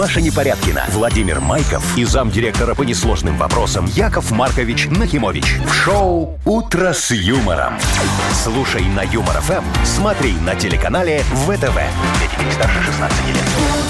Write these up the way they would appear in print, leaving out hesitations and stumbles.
Маша Непорядкина, Владимир Майков и замдиректора по несложным вопросам Яков Маркович Нахимович. В шоу «Утро с юмором». Слушай на Юмор ФМ, смотри на телеканале ВТВ. Для детей старше 16 лет.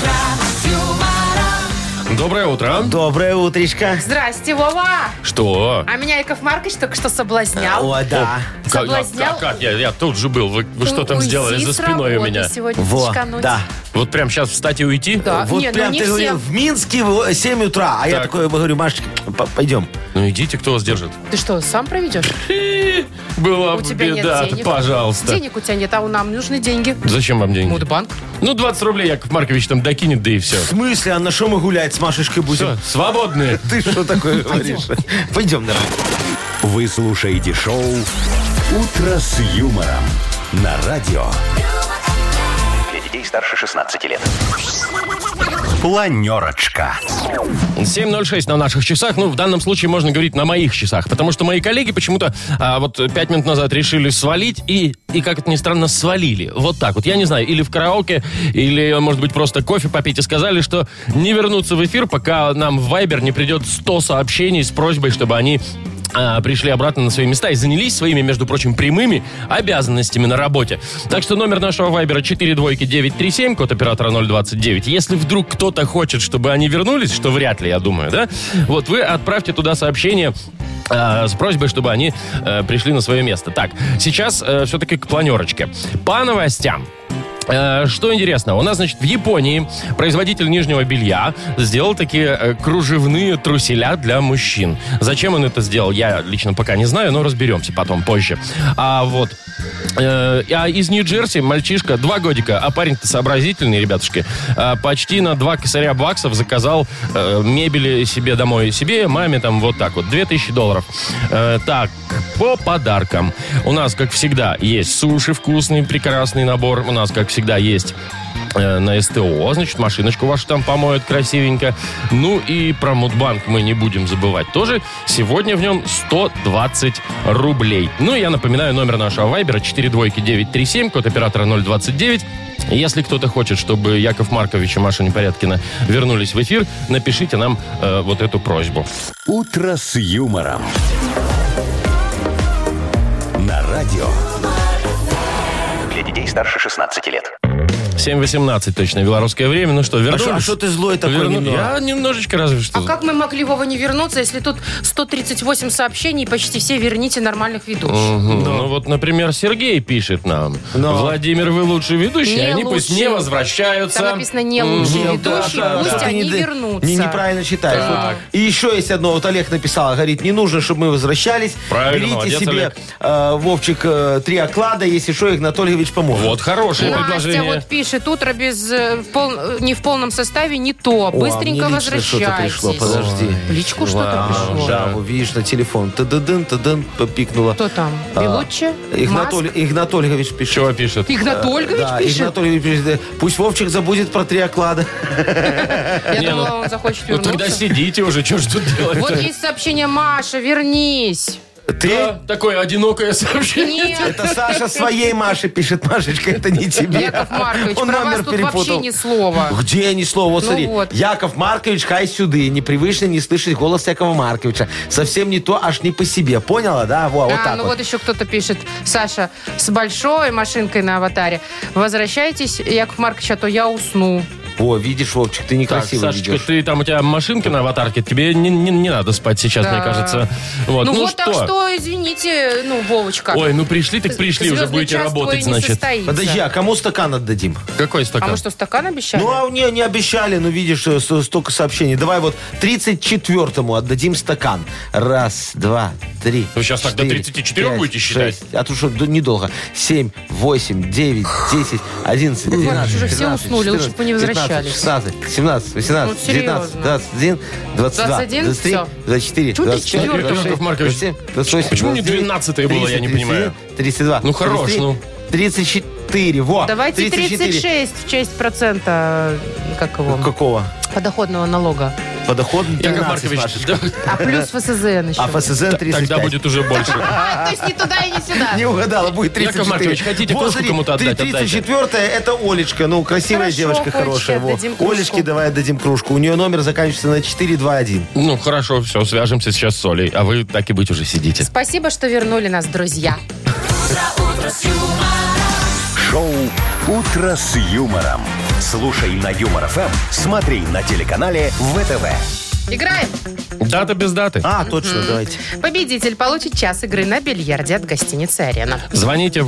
Доброе утро. Доброе утречко. Здрасте, Вова. Что? А меня Яков Маркович только что соблазнял. О, да. Соблазнял. Как? Я тут же был. Вы что там Уйди сделали за с спиной у работы меня? сегодня Во, чекануть. да. Вот прям сейчас встать и уйти? Да. Вот Не, прям не ты говорил, всем. в Минске в 7 утра. А я Так. такой говорю, Машечка, пойдем. Ну идите, кто вас держит? Ты что, сам проведешь? Была У тебя беда, нет денег. пожалуйста. Денег у тебя нет, а нам нужны деньги. Зачем вам деньги? Мудбанк. Ну, 20 рублей Яков Маркович там докинет, да и все. В смысле? А на что мы гулять с Машечкой будем? Все, свободные. Ты что такое говоришь? Пойдем, давай. Вы слушаете шоу «Утро с юмором» на радио. Для детей старше 16 лет. Планерочка. 7:06 на наших часах. Ну, в данном случае можно говорить на моих часах. Потому что мои коллеги почему-то вот 5 минут назад решили свалить и, как это ни странно, свалили. Вот так вот. Я не знаю, или в караоке, или, может быть, просто кофе попить. И сказали, что не вернутся в эфир, пока нам в Viber не придет 100 сообщений с просьбой, чтобы они пришли обратно на свои места и занялись своими, между прочим, прямыми обязанностями на работе. Так что номер нашего вайбера 42937, код оператора 029. Если вдруг кто-то хочет, чтобы они вернулись, что вряд ли, я думаю, да? Вот вы отправьте туда сообщение с просьбой, чтобы они пришли на свое место. Так, сейчас все-таки к планерочке. По новостям. Что интересно, у нас, значит, в Японии производитель нижнего белья сделал такие кружевные труселя для мужчин. Зачем он это сделал, я лично пока не знаю, но разберемся потом, позже. Из Нью-Джерси мальчишка 2 годика, а парень-то сообразительный, ребятушки, почти на 2 косаря баксов заказал мебели себе домой. Себе, маме, там, вот так вот, $2000. Так, по подаркам. У нас, как всегда, есть суши вкусный, прекрасный набор. У нас, как всегда, есть на СТО, значит, машиночку вашу там помоют красивенько. Ну и про Мудбанк мы не будем забывать тоже. Сегодня в нем 120 рублей. Ну и я напоминаю, номер нашего вайбера 42937, код оператора 029. Если кто-то хочет, чтобы Яков Маркович и Маша Непорядкина вернулись в эфир, напишите нам вот эту просьбу. «Утро с юмором» на радио. Для детей старше 16 лет. 7:18 точно белорусское время. Ну что, вернулись? А что ты злой такой немного? Я немножечко разве что. А как мы могли, Вова, не вернуться, если тут 138 сообщений, и почти все верните нормальных ведущих? Ну вот, например, Сергей пишет нам. Владимир, вы лучший ведущий, Не они пусть не лучший. возвращаются. Там написано «не лучший ведущий», пусть Ты они не- вернутся. неправильно читаешь. Так. Вот. И еще есть одно. Вот Олег написал, говорит, не нужно, чтобы мы возвращались. Правильно, Берите молодец, себе, Олег. Вовчик, 3 оклада, если что, Игнат Ольгович поможет. Вот, хорошее Настя предложение. вот пишет, утро не в полном составе, не то. О, Быстренько а мне лично что-то возвращайтесь. пришло, подожди. В личку что-то пришло. Да, вот видишь, на телефон. Тададын, попикнуло. Кто там? Белуччи? Игнат Ольгович пишет. Чего пишет? Игнат Ольгович Да, пишет? Игнат Ольгович пишет. Пусть Вовчик забудет про 3 оклада. Я Не, думала, он захочет Ну вернуться. тогда сидите уже, что ж тут делать? Вот есть сообщение: Маша, вернись. Ты? Такое одинокое сообщение. Нет, Это Саша своей Маше пишет. Машечка, это не тебе. Яков Маркович, Он про вас номер тут перепутал. вообще ни слова. Где ни слова? Вот Ну смотри. вот. Яков Маркович, хай сюды. Непривычно не слышать голос Якова Марковича. Совсем не то, аж не по себе. Поняла, да? Во, вот так Ну вот. вот еще кто-то пишет: Саша, с большой машинкой на аватаре. Возвращайтесь, Яков Маркович, а то я усну. О, видишь, Вовчик, ты Так, некрасиво Сашечка, ведешь. у тебя машинка на аватарке, тебе не надо спать сейчас, Да. мне кажется. Вот. Ну вот что? так что, извините, Вовочка. Ой, ну пришли, так пришли, уже Звездный будете час работать, твой не значит. состоится. Подожди, а кому стакан отдадим? Какой А стакан? мы что, стакан обещали? Ну, а не обещали, ну, видишь, столько сообщений. Давай вот 34-му отдадим стакан. 1, 2, 3, Вы сейчас так до 4, 34 5, будете считать? 6. А то что, недолго. 7, 8, 9, 10, 11, 12, уже все 13, уснули, лучше 14, бы не 15, возвращались. 16, 17, 18, Ну, 19, серьезно. 21, 22, 21? 23, Всё. 24, Чего ты 25, четвёртый? 26, Яков Маркович, 27, 28, почему не 29, 12-е было, я не 30, понимаю? 32, Ну, хорош, 33, ну. 34, во. Давайте 34. 36 в честь процента, как его, Какого? подоходного налога. Подоходный Яков 13, Маркович, Машечка. да, А плюс ФСЗН еще. А ФСЗН 35. тогда будет уже больше. То есть ни туда и ни сюда. Не угадала, будет 34. Яков Маркович, хотите Вот, кружку смотри, кому-то отдать, отдайте. 34-я это Олечка. Ну, красивая Хорошо, девочка, Олечке хорошая. Во. отдадим кружку. Олечке давай отдадим кружку. У нее номер заканчивается на 421. Ну, хорошо, все, свяжемся сейчас с Олей. А вы так и быть уже сидите. Спасибо, что вернули нас, друзья. Шоу «Утро с юмором». Слушай на Юмор ФМ, смотри на телеканале ВТВ. Играем. Дата без даты. А, точно, давайте. Победитель получит час игры на бильярде от гостиницы «Арена». Звоните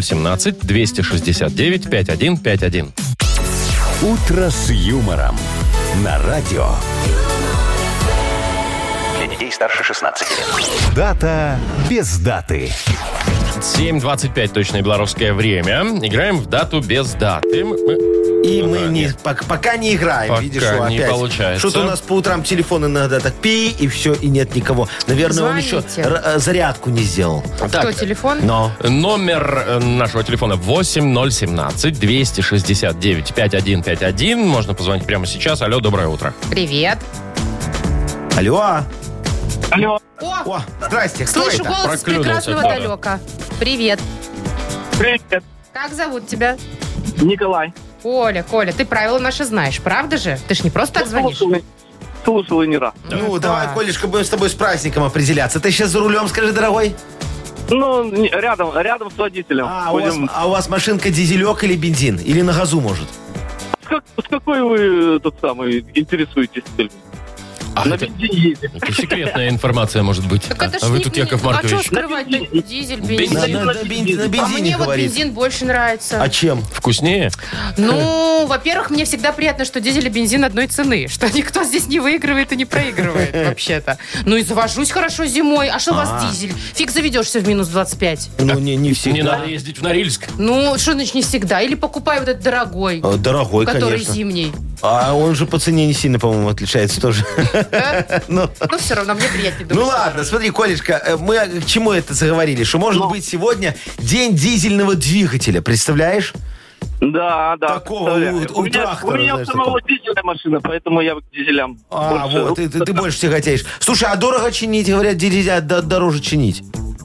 8017-269-5151. «Утро с юмором» на радио. Для детей старше 16 лет. Дата без даты. 7:25 точное белорусское время. Играем в дату без даты. И мы пока не играем. Пока Видишь, что не опять. получается. Что-то у нас по утрам телефон иногда так пи, и все, и нет никого. Наверное, он еще Звоните. зарядку не сделал. Кто, телефон? Но. Номер нашего телефона 8017-269-5151. Можно позвонить прямо сейчас. Алло, доброе утро. Привет. Алло. Алло, О, здрасте. Кто Слышу это? голос с Проклюнулся прекрасного кто-то. далека. Привет. привет, Как зовут тебя? Николай. Коля, ты правила наши знаешь, правда же? Ты ж не просто так звонишь. Слушал и не раз. Ну, давай, Колешка, будем с тобой с праздником определяться. Ты сейчас за рулем, скажи, дорогой? Ну, рядом с водителем. А Будем- у вас машинка дизелек или бензин? Или на газу, может? С какой вы тот самый интересуетесь? А, На это, бензине ездим. это секретная информация, может быть. Так это ж А вы не- тут, Яков А что Маркович, скрывать? Дизель, бензин. На Бензин. бензине А мне вот говорит. бензин больше нравится. А чем? вкуснее? Ну, во-первых, мне всегда приятно, что дизель и бензин одной цены. Что никто здесь не выигрывает и не проигрывает вообще-то. Ну и завожусь хорошо зимой. А что у вас дизель? Фиг заведешься в минус 25. Ну, не всегда. Не надо ездить в Норильск. Ну, что значит не всегда? Или покупай вот этот дорогой, Дорогой, который конечно. зимний. А он же по цене не сильно, по-моему, отличается тоже. Ну, Ну, все равно, мне приятнее ну думать. ладно, смотри, Колешка, мы к чему это заговорили? Что может быть сегодня день дизельного двигателя, представляешь? Да. Такого представляю. у У меня трактора, у меня знаешь, самого дизельная машина, поэтому я к дизелям А, больше- вот, ты больше тяготеешь. Слушай, а дорого чинить, говорят, дизеля дороже чинить.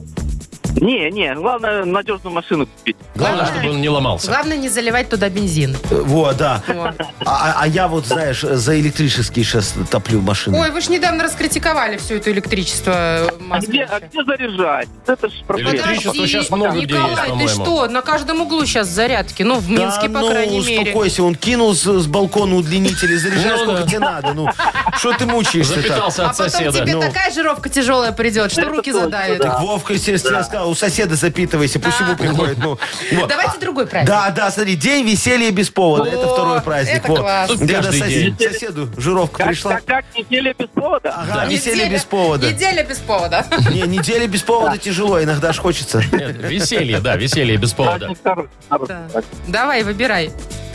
Не, главное надежную машину купить. Главное, чтобы он не ломался. Главное не заливать туда бензин. Вот, да. Во. А я вот, знаешь, за электрический сейчас топлю машину. Ой, вы ж недавно раскритиковали все это электричество. А где Москвича. заряжать? Это ж проблема. Электричество Подожди, сейчас много где Николай, есть, ты по-моему. что? На каждом углу сейчас зарядки. Ну, в Минске, Да по крайней ну, мере. успокойся, он кинул с балкона удлинитель и заряжай, Ну, сколько да. тебе надо. Ну, что ты мучаешься так? Запитался А от потом соседа. тебе Ну. такая жировка тяжелая придет, что руки точно, задавит. да. Так Вовка, естественно, сказал, у соседа запитывайся, пусть ему приходит. Ну, вот. Давайте другой праздник. Да, смотри, день веселья без повода. Это О, второй праздник. это Вот. класс. Тут Когда каждый день. соседу жировка пришла. Как неделя без повода? Ага, веселье без повода. Неделя без повода. Не, неделя без повода тяжело, иногда аж хочется. Нет, веселье, да, веселье без повода. Праздник хороший. Да. Давай, выбирай.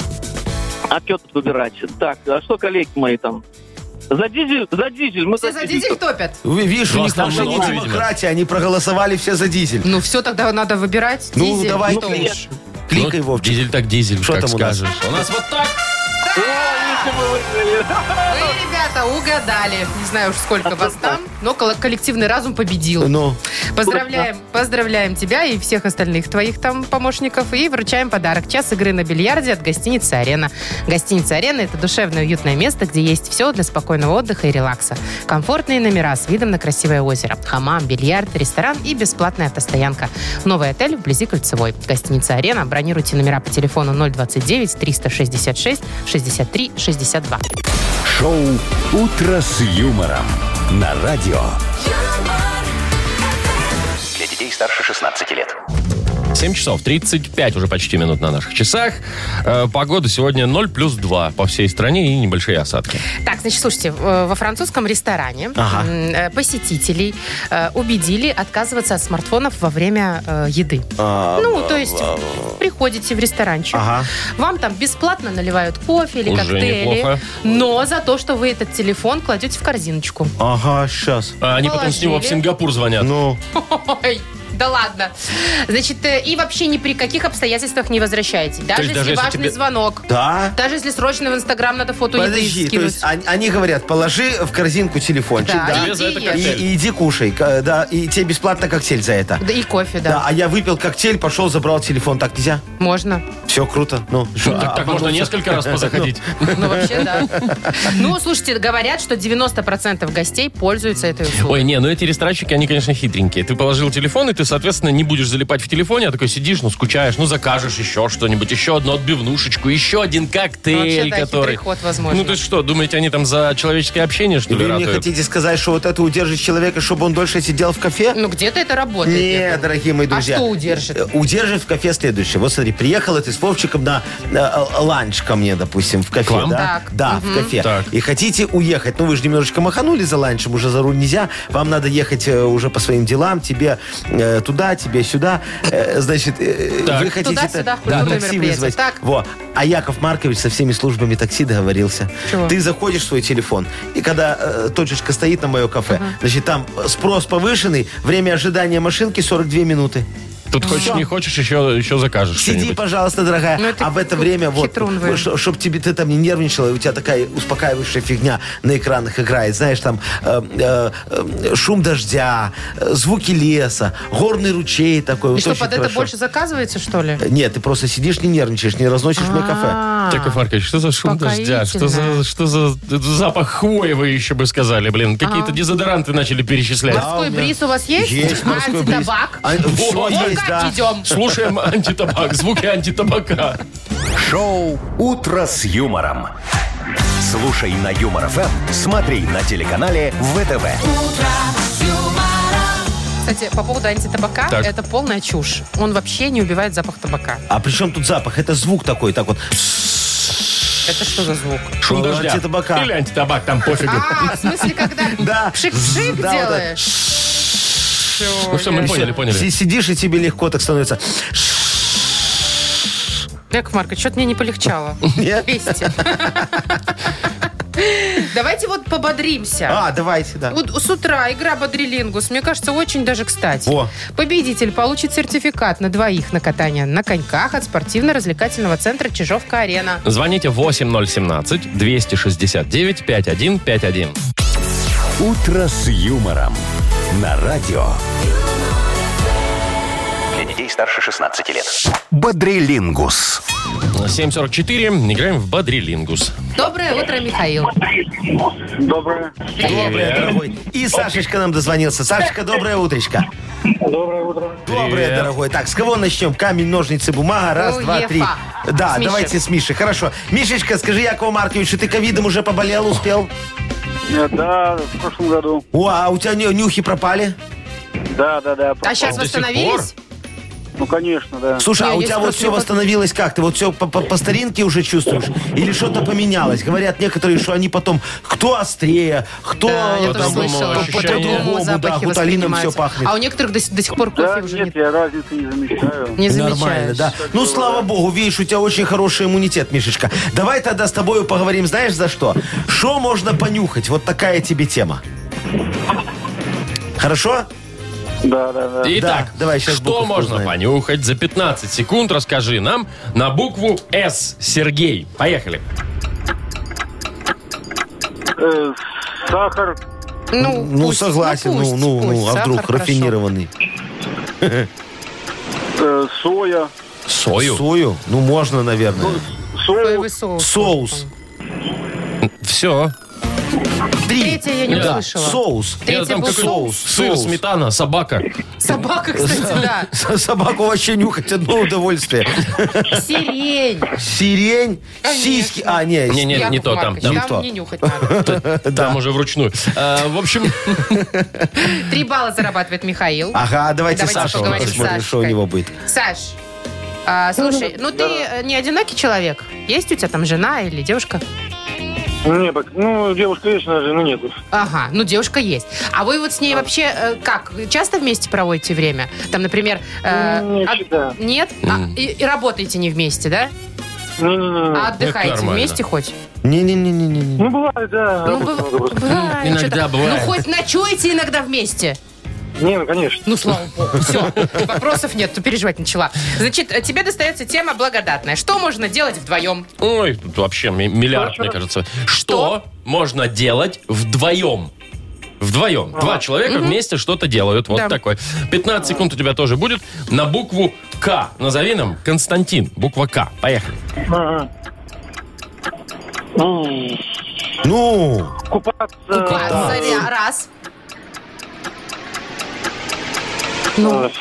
А что тут выбирать? Так, а что коллеги мои там? За дизель, мы Все за дизель топят. Видишь, у Вас них там вообще не много, видимо. демократия, они проголосовали все за дизель. Ну все, тогда надо выбирать. Ну, Дизель. давай Что ты. уж. Кликай, Ну, Вовчик. Дизель так дизель, Что как там у нас? скажешь. У нас вот так. Вы, ребята, угадали. Не знаю уж, сколько вас там, но коллективный разум победил. Ну, Поздравляем тебя и всех остальных твоих там помощников. И вручаем подарок. Час игры на бильярде от гостиницы «Арена». Гостиница «Арена» — это душевное, уютное место, где есть все для спокойного отдыха и релакса. Комфортные номера с видом на красивое озеро. Хамам, бильярд, ресторан и бесплатная автостоянка. Новый отель вблизи Кольцевой. Гостиница «Арена». Бронируйте номера по телефону 029-366-63-62. Шоу «Утро с юмором» на радио. Для детей старше 16 лет. 7 часов 35 уже почти минут на наших часах. Погода сегодня 0+2 по всей стране и небольшие осадки. Так, значит, слушайте, во французском ресторане посетителей убедили отказываться от смартфонов во время еды. Ну, то есть приходите в ресторанчик, Ага. вам там бесплатно наливают кофе или Уже коктейли, неплохо. но за то, что вы этот телефон кладете в корзиночку. Ага, сейчас. А они потом с него в Положили. Сингапур звонят. Ну, Ой, Да ладно. Значит, и вообще ни при каких обстоятельствах не возвращаете. Даже есть если даже если важный тебе- звонок. Да. Даже если срочно в Инстаграм надо фото еды Подожди, то скинуть. есть они говорят, положи в корзинку телефончик, Да, да, Тебе за это иди коктейль. ешь. и иди кушай, да, и тебе бесплатно коктейль за это. Да, и кофе, Да, да. а я выпил коктейль, пошел, забрал телефон. Так нельзя? Можно. Все круто. Ну, Так можно несколько раз позаходить. Ну, вообще, да. Ну, слушайте, говорят, что 90% гостей пользуются этой услугой. Ой, не, ну эти ресторанчики, они, конечно, хитренькие. Ты положил телефон, и ты, соответственно, не будешь залипать в телефоне, а такой сидишь, ну, скучаешь, ну, закажешь еще что-нибудь, еще одну отбивнушечку, еще один коктейль, Вообще, да, который... хитрый ход, возможно. Ну, то есть что, думаете, они там за человеческое общение, что ли, Вы мне ратуют? хотите сказать, что вот это удержит человека, чтобы он дольше сидел в кафе? Ну, где-то это работает. я Нет, думаю. дорогие мои А друзья. что удержит? Удержит в кафе следующее. Вот смотри, приехала ты с Вовчиком на ланч ко мне, допустим, в кафе, вам? да? Так. Да, в кафе. Так. И хотите уехать. Ну, вы же немножечко маханули за ланчем, уже за руль нельзя. Вам надо ехать уже по своим делам, тебе туда, тебе сюда. Значит, Так. вы хотите Туда-сюда, культурное такси мероприятие. вызвать. Так. Во. А Яков Маркович со всеми службами такси договорился. Чего? Ты заходишь в свой телефон, и когда точечка стоит на мое кафе, значит, там спрос повышенный, время ожидания машинки 42 минуты. Тут хочешь, не хочешь, еще закажешь Сиди, что-нибудь. пожалуйста, дорогая. Ну, это А в это время, вот, хитрун вы. чтобы ты там не нервничала, и у тебя такая успокаивающая фигня на экранах играет. Знаешь, там шум дождя, звуки леса, горный ручей такой. И вот что, очень под это хорошо. больше заказывается, что ли? Нет, ты просто сидишь, не нервничаешь, не разносишь мне кафе. А, Яков Маркович, что за шум дождя? Что за запах хвои, вы еще бы сказали, блин? Какие-то дезодоранты начали перечислять. Морской у меня бриз у вас есть? Есть морской бриз. Антитабак? Все Вот. есть, да. Идем. Слушаем антитабак, звуки антитабака. Шоу «Утро с юмором». Слушай на Юмор ФМ, смотри на телеканале ВТВ. Кстати, по поводу антитабака, Так. это полная чушь. Он вообще не убивает запах табака. А при чем тут запах? Это звук такой, так вот. Это что за звук? Шум Ну, дождя. антитабака. Или антитабак, там пофигу. А, в смысле, когда Да. пшик-пшик Да, вот делаешь? Ну все, мы Всё, поняли. Сидишь, и тебе легко так становится. Яков Маркович, что-то мне не полегчало. Нет? 200. Давайте вот пободримся. А, давайте, да. Вот с утра игра «Бодрилингус», мне кажется, очень даже кстати. Во. Победитель получит сертификат на двоих на катание на коньках от спортивно-развлекательного центра «Чижовка-арена». Звоните 8017-269-5151. «Утро с юмором» на радио. Для детей старше 16 лет. Бодрилингус. 7:44. Играем в Бодрилингус. Доброе утро, Михаил. Доброе. Доброе, дорогой. И Сашечка нам дозвонился. Сашечка, доброе утречко. Доброе утро. Доброе, Привет. дорогой. Так, с кого начнем? Камень, ножницы, бумага. Раз, Ну, два, Ефа. три. Да, С Мишей. давайте с Мишей. Хорошо. Мишечка, скажи, Якову Марковичу, ты ковидом уже поболел, успел? Да, в прошлом году. О, а у тебя нюхи пропали? Да. А сейчас До сих восстановились? Ну, конечно, да. Слушай, Не, а у есть тебя вот просто все восстановилось как? Ты вот все по старинке уже чувствуешь? Или что-то поменялось? Говорят некоторые, что они потом кто острее, кто Да, я тоже там, слышала. ощущение. по-другому, да, Запахи гуталином все воспринимаются. пахнет. А у некоторых до сих пор Да, кофе уже нет, не я разницы не замечаю. Нормально, замечаешь. да. Ну, слава богу, видишь, у тебя очень хороший иммунитет, Мишечка. Давай тогда с тобой поговорим, знаешь, за что? Что можно понюхать? Вот такая тебе тема. Хорошо? Да. Итак, Да, давай щас что буковку можно узнаем. понюхать за 15 секунд? Расскажи нам на букву «С». Сергей. Поехали. Сахар, Ну, пусть, согласен. пусть, Ну, пусть. а вдруг Сахар хорошо. рафинированный? соя, Сою. Сою? Ну, можно, наверное. Соевый соус, соус. Соус. Все. Три. Третье я не Да. услышала. Соус. Третий Там был какой-то соус. сыр, Соус. сметана, собака. Собака, кстати, да. Собаку вообще нюхать одно удовольствие. Сирень. Сирень, Конечно. сиськи. А, не. Не, Яков не то там. Маркович, Там, Не то. Там не нюхать надо. там уже вручную. В общем, 3 балла зарабатывает Михаил. Ага, давайте Давайте Сашу поговорим с посмотрим, что у Сашкой. него будет. Саш, слушай, ну ты не одинокий человек? Есть у тебя там жена или девушка? Нет, ну, девушка есть, но жены нету. Ага, ну девушка есть. А вы вот с ней вообще как? Часто вместе проводите время? Там, например... Не всегда. Нет? И работаете не вместе, да? Не-не-не. А отдыхаете нормально. вместе хоть? Не-не-не-не. Ну, бывает, да. Ну, работа много просто. бывает, Иногда что-то. бывает. Ну, хоть ночуете иногда вместе. Не, ну, конечно. Ну, слава богу, все, вопросов нет, ты переживать начала. Значит, тебе достается тема благодатная. Что можно делать вдвоем? Ой, тут вообще миллиард, мне кажется. Что можно делать вдвоем? Вдвоем. Два человека вместе что-то делают. Вот Да. такой. 15 секунд у тебя тоже будет. На букву К. Назови нам Константин. Буква К. Поехали. Ну, Купаться. Раз. Ну.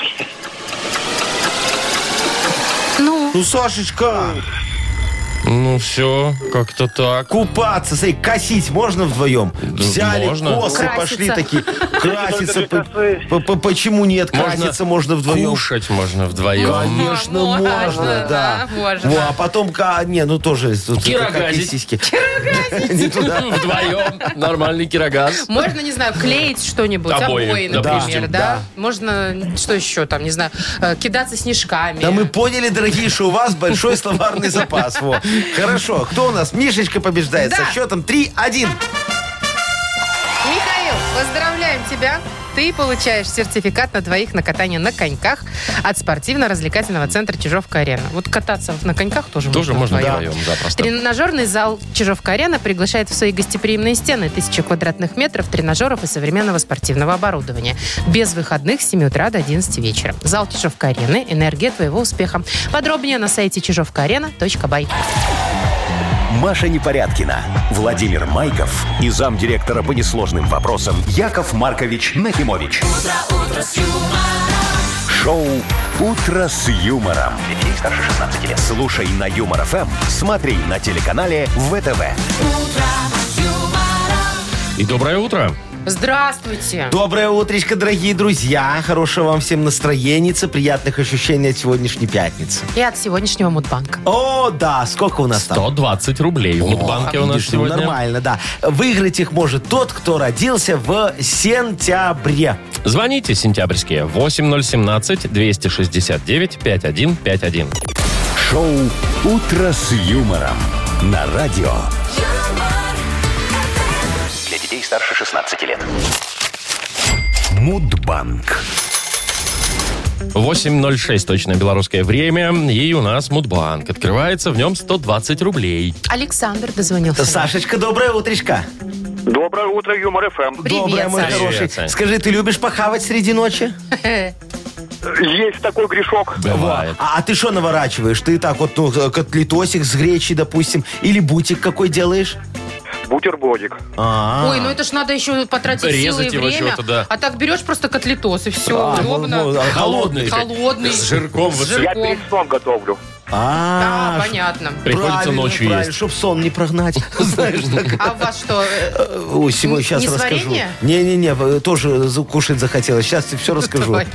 ну, Сашечка, Ну все, как-то так. купаться, смотри, косить можно вдвоем? Взяли, можно. косы Краситься. пошли такие, краситься. Только для косы. Почему нет? Краситься можно вдвоем. Кушать можно вдвоем. Конечно, можно, да. можно. Во, а потом, не, ну тоже. тут Кирогазить. какие сиськи. Не туда. Вдвоем. Нормальный кирогаз. Можно, не знаю, клеить что-нибудь, Обои, например, допустим. да? Можно, что еще там, не знаю, кидаться снежками. Да мы поняли, дорогие, что у вас большой словарный запас. Во. Хорошо, кто у нас? Мишечка побеждает со Да. счетом 3-1. Михаил, поздравляем тебя. Ты получаешь сертификат на двоих на катание на коньках от спортивно-развлекательного центра Чижовка-Арена. Вот кататься на коньках тоже Можно вдвоем. вдвоем, запросто. Тренажерный зал Чижовка-Арена приглашает в свои гостеприимные стены 1000 квадратных метров тренажеров и современного спортивного оборудования. Без выходных с 7 утра до 11 вечера. Зал Чижовка-Арены. Энергия твоего успеха. Подробнее на сайте чижовкаарена.бай. Маша Непорядкина, Владимир Майков и замдиректора по несложным вопросам Яков Маркович Нахимович. Шоу «Утро с юмором». Для детей старше 16 лет. Слушай на Юмор ФМ, смотри на телеканале ВТВ. И доброе утро. Здравствуйте. Доброе утречко, дорогие друзья. Хорошего вам всем настроения, приятных ощущений от сегодняшней пятницы. И от сегодняшнего Мудбанка. О, да, сколько у нас там? 120 рублей в Мудбанке у нас Видишь, ну, сегодня. нормально, да. Выиграть их может тот, кто родился в сентябре. Звоните сентябрьские 8017-269-5151. Шоу «Утро с юмором» на радио. Для детей старше 16 лет. Мудбанк. 8:06 точно белорусское время. И у нас Мудбанк. Открывается, в нем 120 рублей. Александр дозвонился. Сашечка, доброе утречко. Доброе утро, Юмор ФМ. Привет, Доброе, мой Саша. хороший. Привет, Сань. Скажи, ты любишь похавать среди ночи? Есть такой грешок. Бывает. А ты что наворачиваешь? Ты так вот, ну, котлетосик с гречей, допустим, или бутик какой делаешь? Бутербродик. Ой, ну это ж надо еще потратить Резать силы и его время. чего-то, да. А так берешь просто котлетос и все. удобно. Холодный. Холодный. С жирком. С вот Я жирком. перед сном готовлю. А, понятно. Приходится ночью есть. Чтоб сон не прогнать. Знаешь, так. А у вас что? Ой, сегодня сейчас расскажу. Несварение? Не-не-не, тоже кушать захотелось. Сейчас тебе все расскажу. Давайте.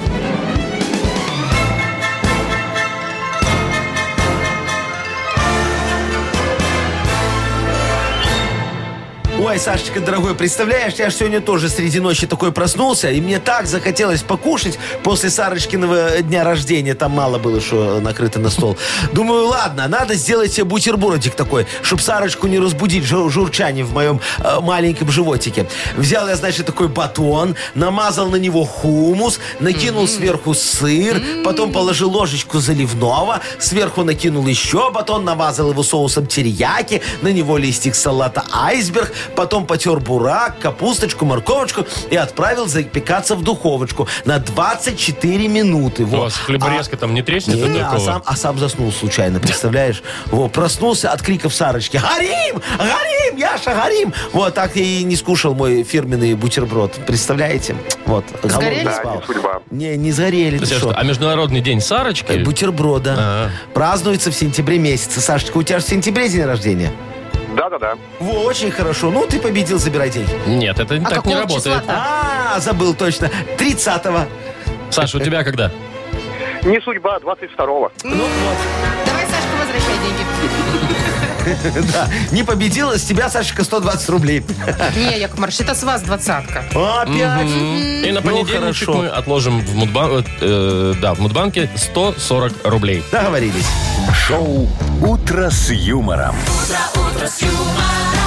Ой, Сашечка, дорогой, представляешь, я ж сегодня тоже среди ночи такой проснулся, и мне так захотелось покушать после Сарочкиного дня рождения. Там мало было, что накрыто на стол. Думаю, ладно, надо сделать себе бутербродик такой, чтобы Сарочку не разбудить журчание в моем маленьком животике. Взял я, значит, такой батон, намазал на него хумус, накинул сверху сыр, потом положил ложечку заливного, сверху накинул еще батон, намазал его соусом терияки, на него листик салата айсберг, потом потер бурак, капусточку, морковочку и отправил запекаться в духовочку на 24 минуты. У вас хлеборезка там не треснет от Не, такого? сам заснул случайно, представляешь? Вот, проснулся от криков Сарочки. Горим! Горим! Яша, горим! Вот, так и не скушал мой фирменный бутерброд. Представляете? Вот. Сгорели? голодный спал. Да, не судьба. Не сгорели. ты Слушай, что? а Международный день Сарочки? Бутерброда. А. Празднуется в сентябре месяце. Сашечка, у тебя же в сентябре день рождения? Да-да-да. Во, очень хорошо. Ну, ты победил, забирай деньги. Нет, это А так не какого работает. числа-то? Забыл точно. 30-го. Саша, у тебя когда? Не судьба, 22-го. Ну вот. Давай, Сашка, возвращай деньги. Да. Не победила, с тебя, Сашечка, 120 рублей. Не, Яков Маркович, это с вас 20-ка. Опять. И на Ну, понедельничек хорошо. мы отложим в Мудбанке 140 рублей. Договорились. Шоу «Утро с юмором».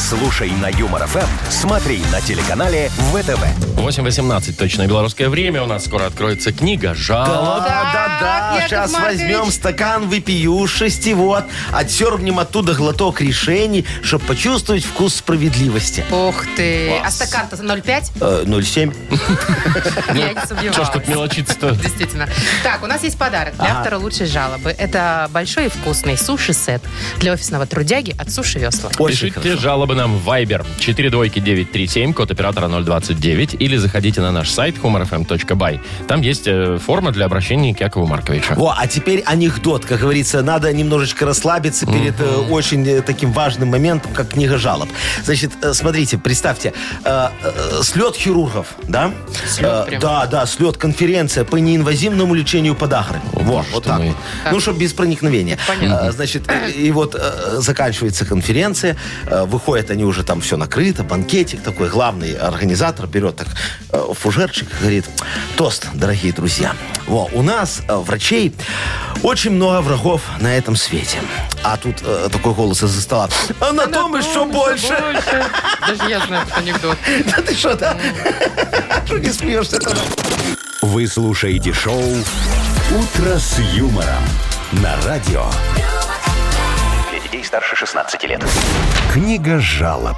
Слушай на Юмор ФМ, смотри на телеканале ВТВ. 8:18 точное белорусское время. У нас скоро откроется книга жалоб. Да. Яков Сейчас Маркович. возьмем стакан выпиюшести, отсербнем оттуда глоток решений, чтобы почувствовать вкус справедливости. Ух ты. А стакан-то 0,5? 0,7. Я не сомневалась. Что ж тут мелочиться-то? Действительно. Так, у нас есть подарок для автора лучшей жалобы. Это большой и вкусный суши-сет для офисного трудяги от Суши Весла. Очень Пишите жалобы нам в Viber 42937, код оператора 029, или заходите на наш сайт humorfm.by. Там есть форма для обращения к Якову Марковичу. А теперь анекдот. Как говорится, надо немножечко расслабиться перед очень таким важным моментом, как книга жалоб. Значит, смотрите, представьте, слет хирургов, да? Слет прям. Да, слет, конференция по неинвазивному лечению подагры. Вот что так мы. вот. Ну, чтобы без проникновения. Понятно. Значит, и заканчивается конференция, выходят они уже, там все накрыто, банкетик такой, главный организатор берет так фужерчик и говорит: тост, дорогие друзья. У нас, врачей, очень много врагов на этом свете. А тут такой голос из-за стола: а на том еще больше. Даже я знаю этот анекдот. Да ты что, да? Что не смеешься тогда? Вы слушаете шоу «Утро с юмором» на радио. Для детей старше 16 лет. Книга жалоб.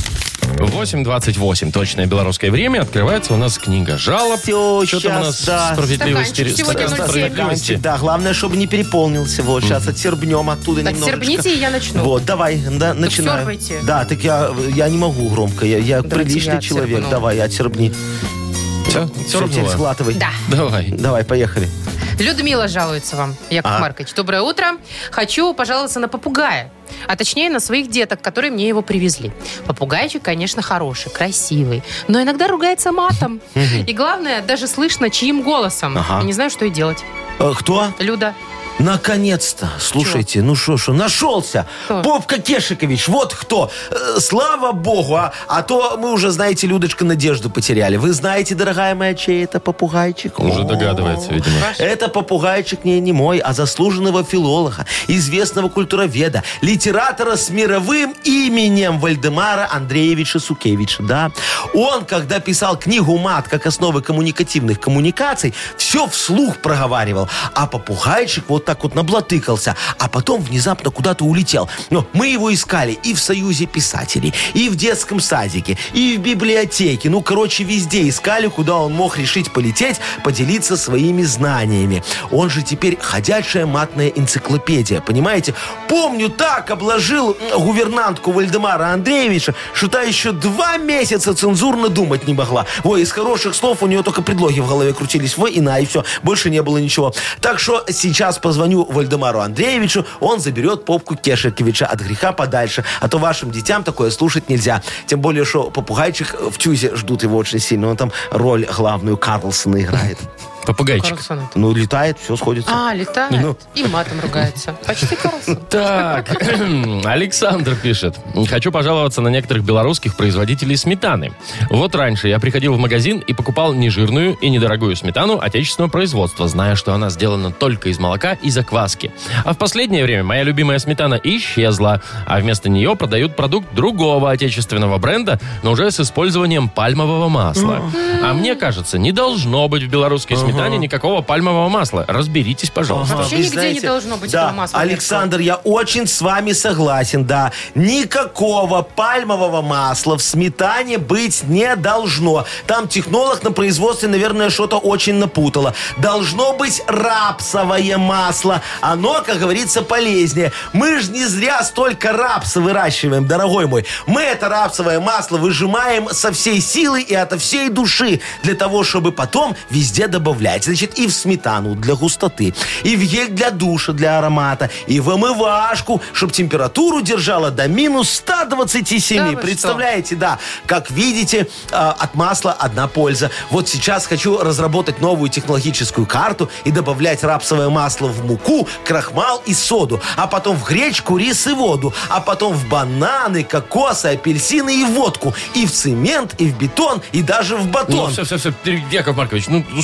8:28 точное белорусское время. Открывается у нас книга жалоб. Всё, Что там у нас щас, да. справедливости? Стаканчик сегодня Стакан 0,7. справедливости. Да, главное, чтобы не переполнился. Сейчас отсербнем оттуда Так, немножечко. сербните, и я начну. Давай, да, начинаем. сербайте. Да, так я не могу громко. Я Давайте приличный я человек. отсербну. Давай, отсербни. Все, Все, теперь сглатывай. Да. Давай. Давай, поехали. Людмила жалуется вам, Яков Маркович. Доброе утро. Хочу пожаловаться на попугая. А точнее, на своих деток, которые мне его привезли. Попугайчик, конечно, хороший, красивый, но иногда ругается матом. И главное, даже слышно, чьим голосом. Ага. И не знаю, что и делать. Кто? Люда. Наконец-то. Слушайте, ну шо, нашелся. Кто? Попка Кешикович, вот кто. Слава богу, а то мы уже, знаете, Людочка, надежду потеряли. Вы знаете, дорогая моя, чей это попугайчик? Уже догадывается, видимо. Это попугайчик не мой, а заслуженного филолога, известного культуроведа, литератора с мировым именем Вальдемара Андреевича Сукевича, да. Он, когда писал книгу «Мат. Как основы коммуникативных коммуникаций», все вслух проговаривал, а попугайчик вот так вот наблатыкался, а потом внезапно куда-то улетел. Но мы его искали и в Союзе писателей, и в детском садике, и в библиотеке. Ну, короче, везде искали, куда он мог решить полететь, поделиться своими знаниями. Он же теперь ходячая матная энциклопедия, понимаете? Помню, так обложил гувернантку Вальдемара Андреевича, что та еще 2 месяца цензурно думать не могла. Из хороших слов у нее только предлоги в голове крутились. И все, больше не было ничего. Так что сейчас позвоню Вальдемару Андреевичу, он заберет попку Кешиковича от греха подальше. А то вашим детям такое слушать нельзя. Тем более, что попугайчик в Тюзе ждут его очень сильно. Он там роль главную Карлсона играет. Попугайчик. Карлсон. Ну, летает, все сходится. Летает. Ну. И матом ругается. Почти Карлсон. Так, Александр пишет. Хочу пожаловаться на некоторых белорусских производителей сметаны. Вот раньше я приходил в магазин и покупал нежирную и недорогую сметану отечественного производства, зная, что она сделана только из молока и закваски. А в последнее время моя любимая сметана исчезла, а вместо нее продают продукт другого отечественного бренда, но уже с использованием пальмового масла. А мне кажется, не должно быть в белорусской сметане никакого пальмового масла. Разберитесь, пожалуйста. Вообще Вы нигде знаете, не должно быть да, этого масла. Александр, я очень с вами согласен, да. Никакого пальмового масла в сметане быть не должно. Там технолог на производстве, наверное, что-то очень напутало. Должно быть рапсовое масло. Оно, как говорится, полезнее. Мы же не зря столько рапса выращиваем, дорогой мой. Мы это рапсовое масло выжимаем со всей силы и ото всей души для того, чтобы потом везде добавлять. Значит, и в сметану для густоты, и в гель для душа, для аромата, и в омывашку, чтобы температуру держала до минус 127. Да вы Представляете, да. Как видите, от масла одна польза. Вот сейчас хочу разработать новую технологическую карту и добавлять рапсовое масло в муку, крахмал и соду, а потом в гречку, рис и воду, а потом в бананы, кокосы, апельсины и водку, и в цемент, и в бетон, и даже в батон. Ну, все, Яков Маркович, успокойтесь.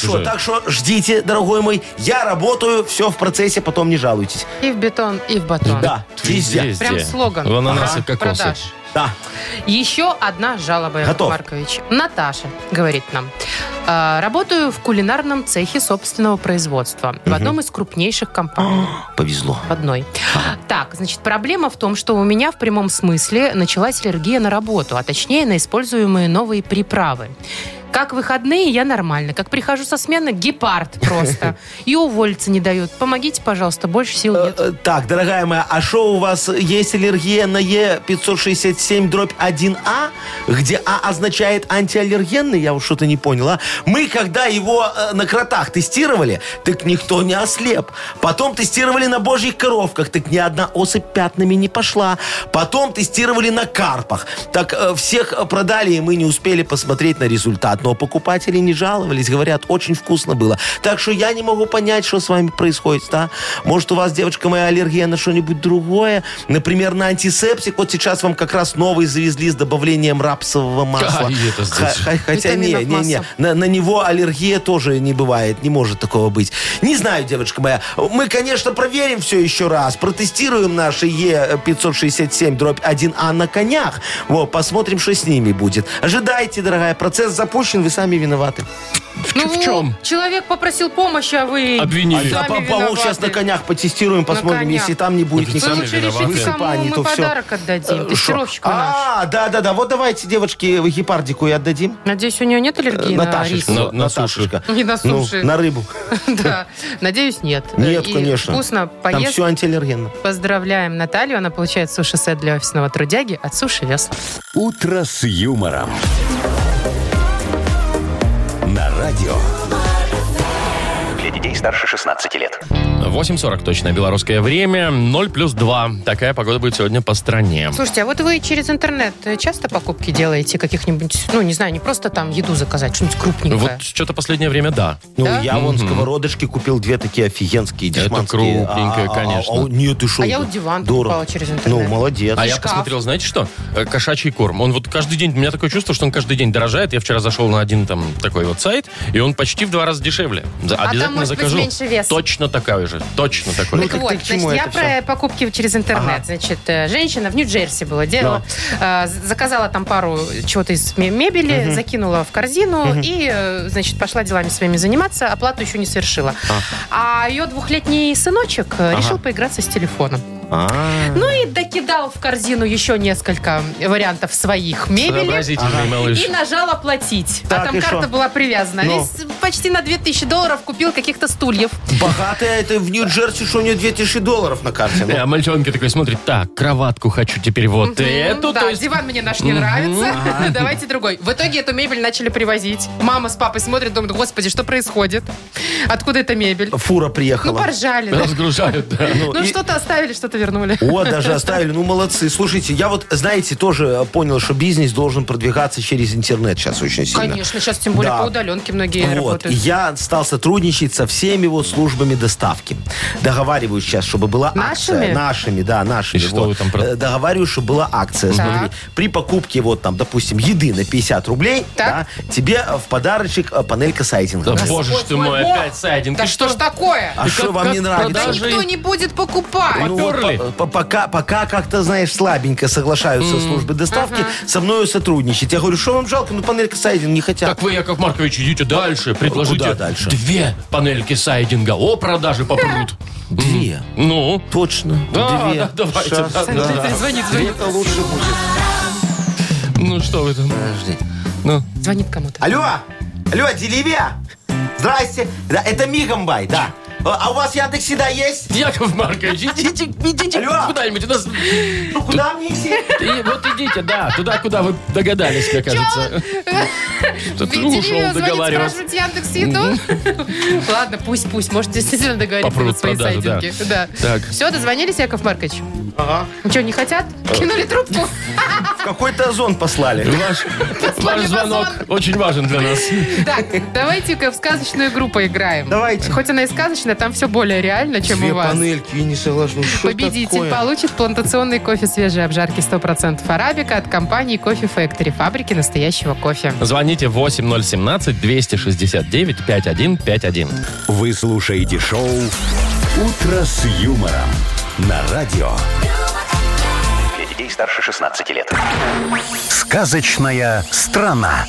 Хорошо, уже. так что ждите, дорогой мой. Я работаю, все в процессе, потом не жалуйтесь. И в бетон, и в батон. Да, везде. Прям слоган. В ананасы Ага. кокосы. Продаж. Да. Еще одна жалоба, Яков Готов. Маркович. Наташа говорит нам. Работаю в кулинарном цехе собственного производства. В одном из крупнейших компаний. Повезло. В одной. Так, значит, проблема в том, что у меня в прямом смысле началась аллергия на работу, а точнее на используемые новые приправы. Как выходные, я нормально. Как прихожу со смены, гепард просто. И уволиться не дают. Помогите, пожалуйста, больше сил нет. Так, дорогая моя, а что у вас есть аллергия на Е567-1А, где А означает антиаллергенный? Я вот что-то не понял, а? Мы, когда его на кротах тестировали, так никто не ослеп. Потом тестировали на божьих коровках, так ни одна особь пятнами не пошла. Потом тестировали на карпах. Так всех продали, и мы не успели посмотреть на результат. Но покупатели не жаловались, говорят, очень вкусно было. Так что я не могу понять, что с вами происходит, да? Может, у вас, девочка моя, аллергия на что-нибудь другое? Например, на антисептик? Вот сейчас вам как раз новый завезли с добавлением рапсового масла. Ай, это здесь. Хотя Витаминов не. масса. На него аллергия тоже не бывает, не может такого быть. Не знаю, девочка моя. Мы, конечно, проверим все еще раз. Протестируем наши Е567-1А на конях. Вот, посмотрим, что с ними будет. Ожидайте, дорогая. Процесс запущен, вы сами виноваты. В чем? Человек попросил помощи, а вы Обвинили. сами Помолчь виноваты. сейчас на конях потестируем, посмотрим. конях. Если там не будет Вы Вы никаких сами лучше виноваты. решите, кому высыпаний, мы то все. подарок отдадим. Тестировщику наш. Да. Вот давайте, девочки, гепардику и отдадим. Надеюсь, у нее нет аллергии на рис? Наташечка. На Наташечка. Не на Ну, суши. на рыбу. Да. Надеюсь, нет. Нет, И конечно. вкусно Там поест. все антиаллергенно. Поздравляем Наталью. Она получает суши-сет для офисного трудяги от Суши Весла. «Утро с юмором». На радио. Для детей старше 16 лет. 8:40 точное белорусское время. 0+2. Такая погода будет сегодня по стране. Слушайте, а вот вы через интернет часто покупки делаете каких-нибудь, ну, не знаю, не просто там еду заказать, что-нибудь крупненькое? Вот что-то последнее время, да. Ну, Да? я вон сковородочки купил две такие офигенские, Это дешманские. крупненькое, конечно. Нет, ты что? А я вот диван Дорого. покупала через интернет. Ну, молодец. А я шкаф. посмотрел, знаете что? Кошачий корм. Он вот каждый день, у меня такое чувство, что он каждый день дорожает. Я вчера зашел на один там такой вот сайт, и он почти в 2 раза дешевле. Обязательно там, может быть, закажу. меньше веса. Точно такой же. Точно такой. Ну, Так так вот, ты к чему значит, я это про покупки через интернет. Ага. Значит, женщина в Нью-Джерси было дело. Заказала там пару чего-то из мебели, закинула в корзину и, значит, пошла делами своими заниматься. Оплату еще не совершила. А ее 2-летний сыночек решил поиграться с телефоном. Ну и докидал в корзину еще несколько вариантов своих мебели. Сообразительный малыш. И нажал оплатить. Так, а там и карта шо? была привязана. Ну. Весь почти на $2000 купил каких-то стульев. Богатая это в Нью-Джерси, что у нее $2000 на карте. Ну. А мальчонка такой смотрит, так, кроватку хочу теперь вот эту. Да, то есть диван мне наш не нравится. Давайте другой. В итоге эту мебель начали привозить. Мама с папой смотрят, думают, господи, что происходит? Откуда эта мебель? Фура Ну, приехала. поржали. Да? разгружают, да. Ну, и- что-то оставили, что-то вернули. О, даже оставили. Ну, молодцы. Слушайте, я вот, знаете, тоже понял, что бизнес должен продвигаться через интернет сейчас очень сильно. Конечно, сейчас тем более Да. по удаленке многие Вот. И работают. я стал сотрудничать со всеми вот службами доставки. Договариваюсь сейчас, чтобы была Нашими? акция. Нашими, да, нашими. И что вот. вы там про- Договариваюсь, чтобы была акция. Смотри, Так. при покупке вот там, допустим, еды на 50 рублей, Так. да, тебе в подарочек панелька сайдинга. Да боже ж ты мой, Ой, опять сайдинг. Да И что ж такое? А что как- вам как не нравится? Да продажи? никто не будет покупать. Ну, вот Поперли. пока как-то, знаешь, слабенько соглашаются службы доставки со мною сотрудничать. Я говорю, что вам жалко? Ну, панелька сайдинг не хотят. Так вы, Яков Маркович, идите дальше. Предложите Куда дальше? 2 панельки сайдинга. О, продажи попрут. Две. Ну, Точно. Да, Две. да, давайте, Щас, да. Звонит. Две-то лучше будет. ну что вы там? Подожди. Ну. Звонит кому-то. Алло, Деливия. Здрасте. Да, это Мигамбай, да. А у вас Яндекс.Еда есть? Яков Маркович, идите Алло. куда-нибудь. У нас... Ну, куда мне идти? И вот идите, да, туда, куда вы догадались, мне кажется. Что-то ушел Звонит договариваться. спрашивать Яндекс.Еду? Ладно, пусть. Может, действительно договориться Попрут на свои продажи, да. сайдинги. Да. Так. Все, дозвонились, Яков Маркович? Ага. Ничего, не хотят? Кинули трубку? В какой-то озон послали. Ваш звонок очень важен для нас. Так, давайте-ка в сказочную игру поиграем. Давайте. Хоть она и сказочная, Действительно, там все более реально, чем Две у вас. панельки, я не согласен. Ну, что Победитель такое? получит плантационный кофе свежей обжарки 100% арабика от компании Coffee Factory, фабрики настоящего кофе. Звоните 8017-269-5151. Вы слушаете шоу «Утро с юмором» на радио. Для детей старше 16 лет. Сказочная страна.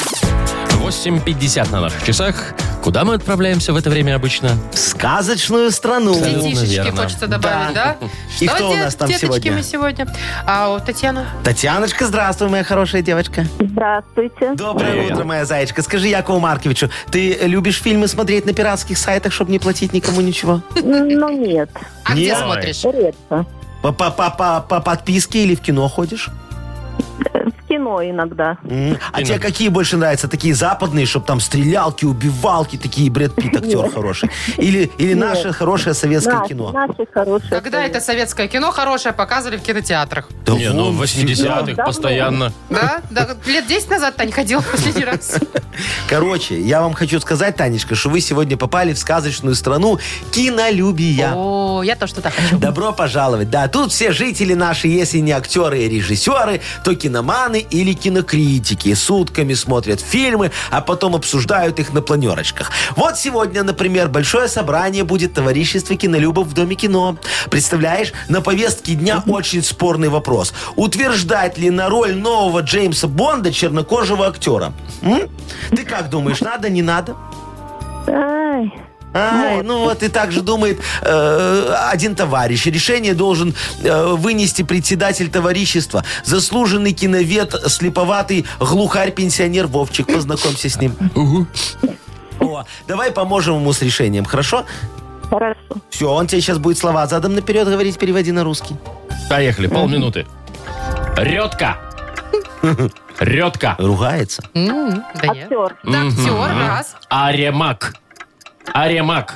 8:50 на наших часах. Куда мы отправляемся в это время обычно? В сказочную страну. Детишечки верно. хочется добавить, да? И кто у нас там деточки сегодня? мы сегодня? А у Татьяна? Татьяночка, здравствуй, моя хорошая девочка. Здравствуйте. Доброе Привет. утро, моя зайчка. Скажи Якову Марковичу, ты любишь фильмы смотреть на пиратских сайтах, чтобы не платить никому ничего? Ну, нет, А где Нет. смотришь? редко. По подписке или в кино ходишь? В кино иногда. А тебе какие больше нравятся? Такие западные, чтобы там стрелялки, убивалки, такие Брэд Питт актер хороший? Или наше хорошее советское кино? Наши хорошие. Когда это советское кино хорошее показывали в кинотеатрах? Да Не, ну вон в 80-х всегда. постоянно. Да? Да, лет 10 назад Тань ходила в последний раз. Короче, я вам хочу сказать, Танечка, что вы сегодня попали в сказочную страну кинолюбия. О, я тоже туда хочу. Добро пожаловать. Да, тут все жители наши, если не актеры и режиссеры, то киноманы или кинокритики. Сутками смотрят фильмы, а потом обсуждают их на планерочках. Вот сегодня, например, большое собрание будет товарищества кинолюбов в Доме кино. Представляешь, на повестке дня очень спорный вопрос. Утверждать ли на роль нового Джеймса Бонда чернокожего актера? Ты как думаешь, надо, не надо? Ай, Ну вот и так же думает один товарищ. Решение должен вынести председатель товарищества, заслуженный киновед, слеповатый глухарь-пенсионер Вовчик. Познакомься с ним. О, давай поможем ему с решением, хорошо? хорошо. Все, он тебе сейчас будет слова задом наперед говорить, переводи на русский. Поехали, полминуты. Редка. Редка. Ругается. Да нет. Актер. Да, актер, раз. Аремак. Аремак.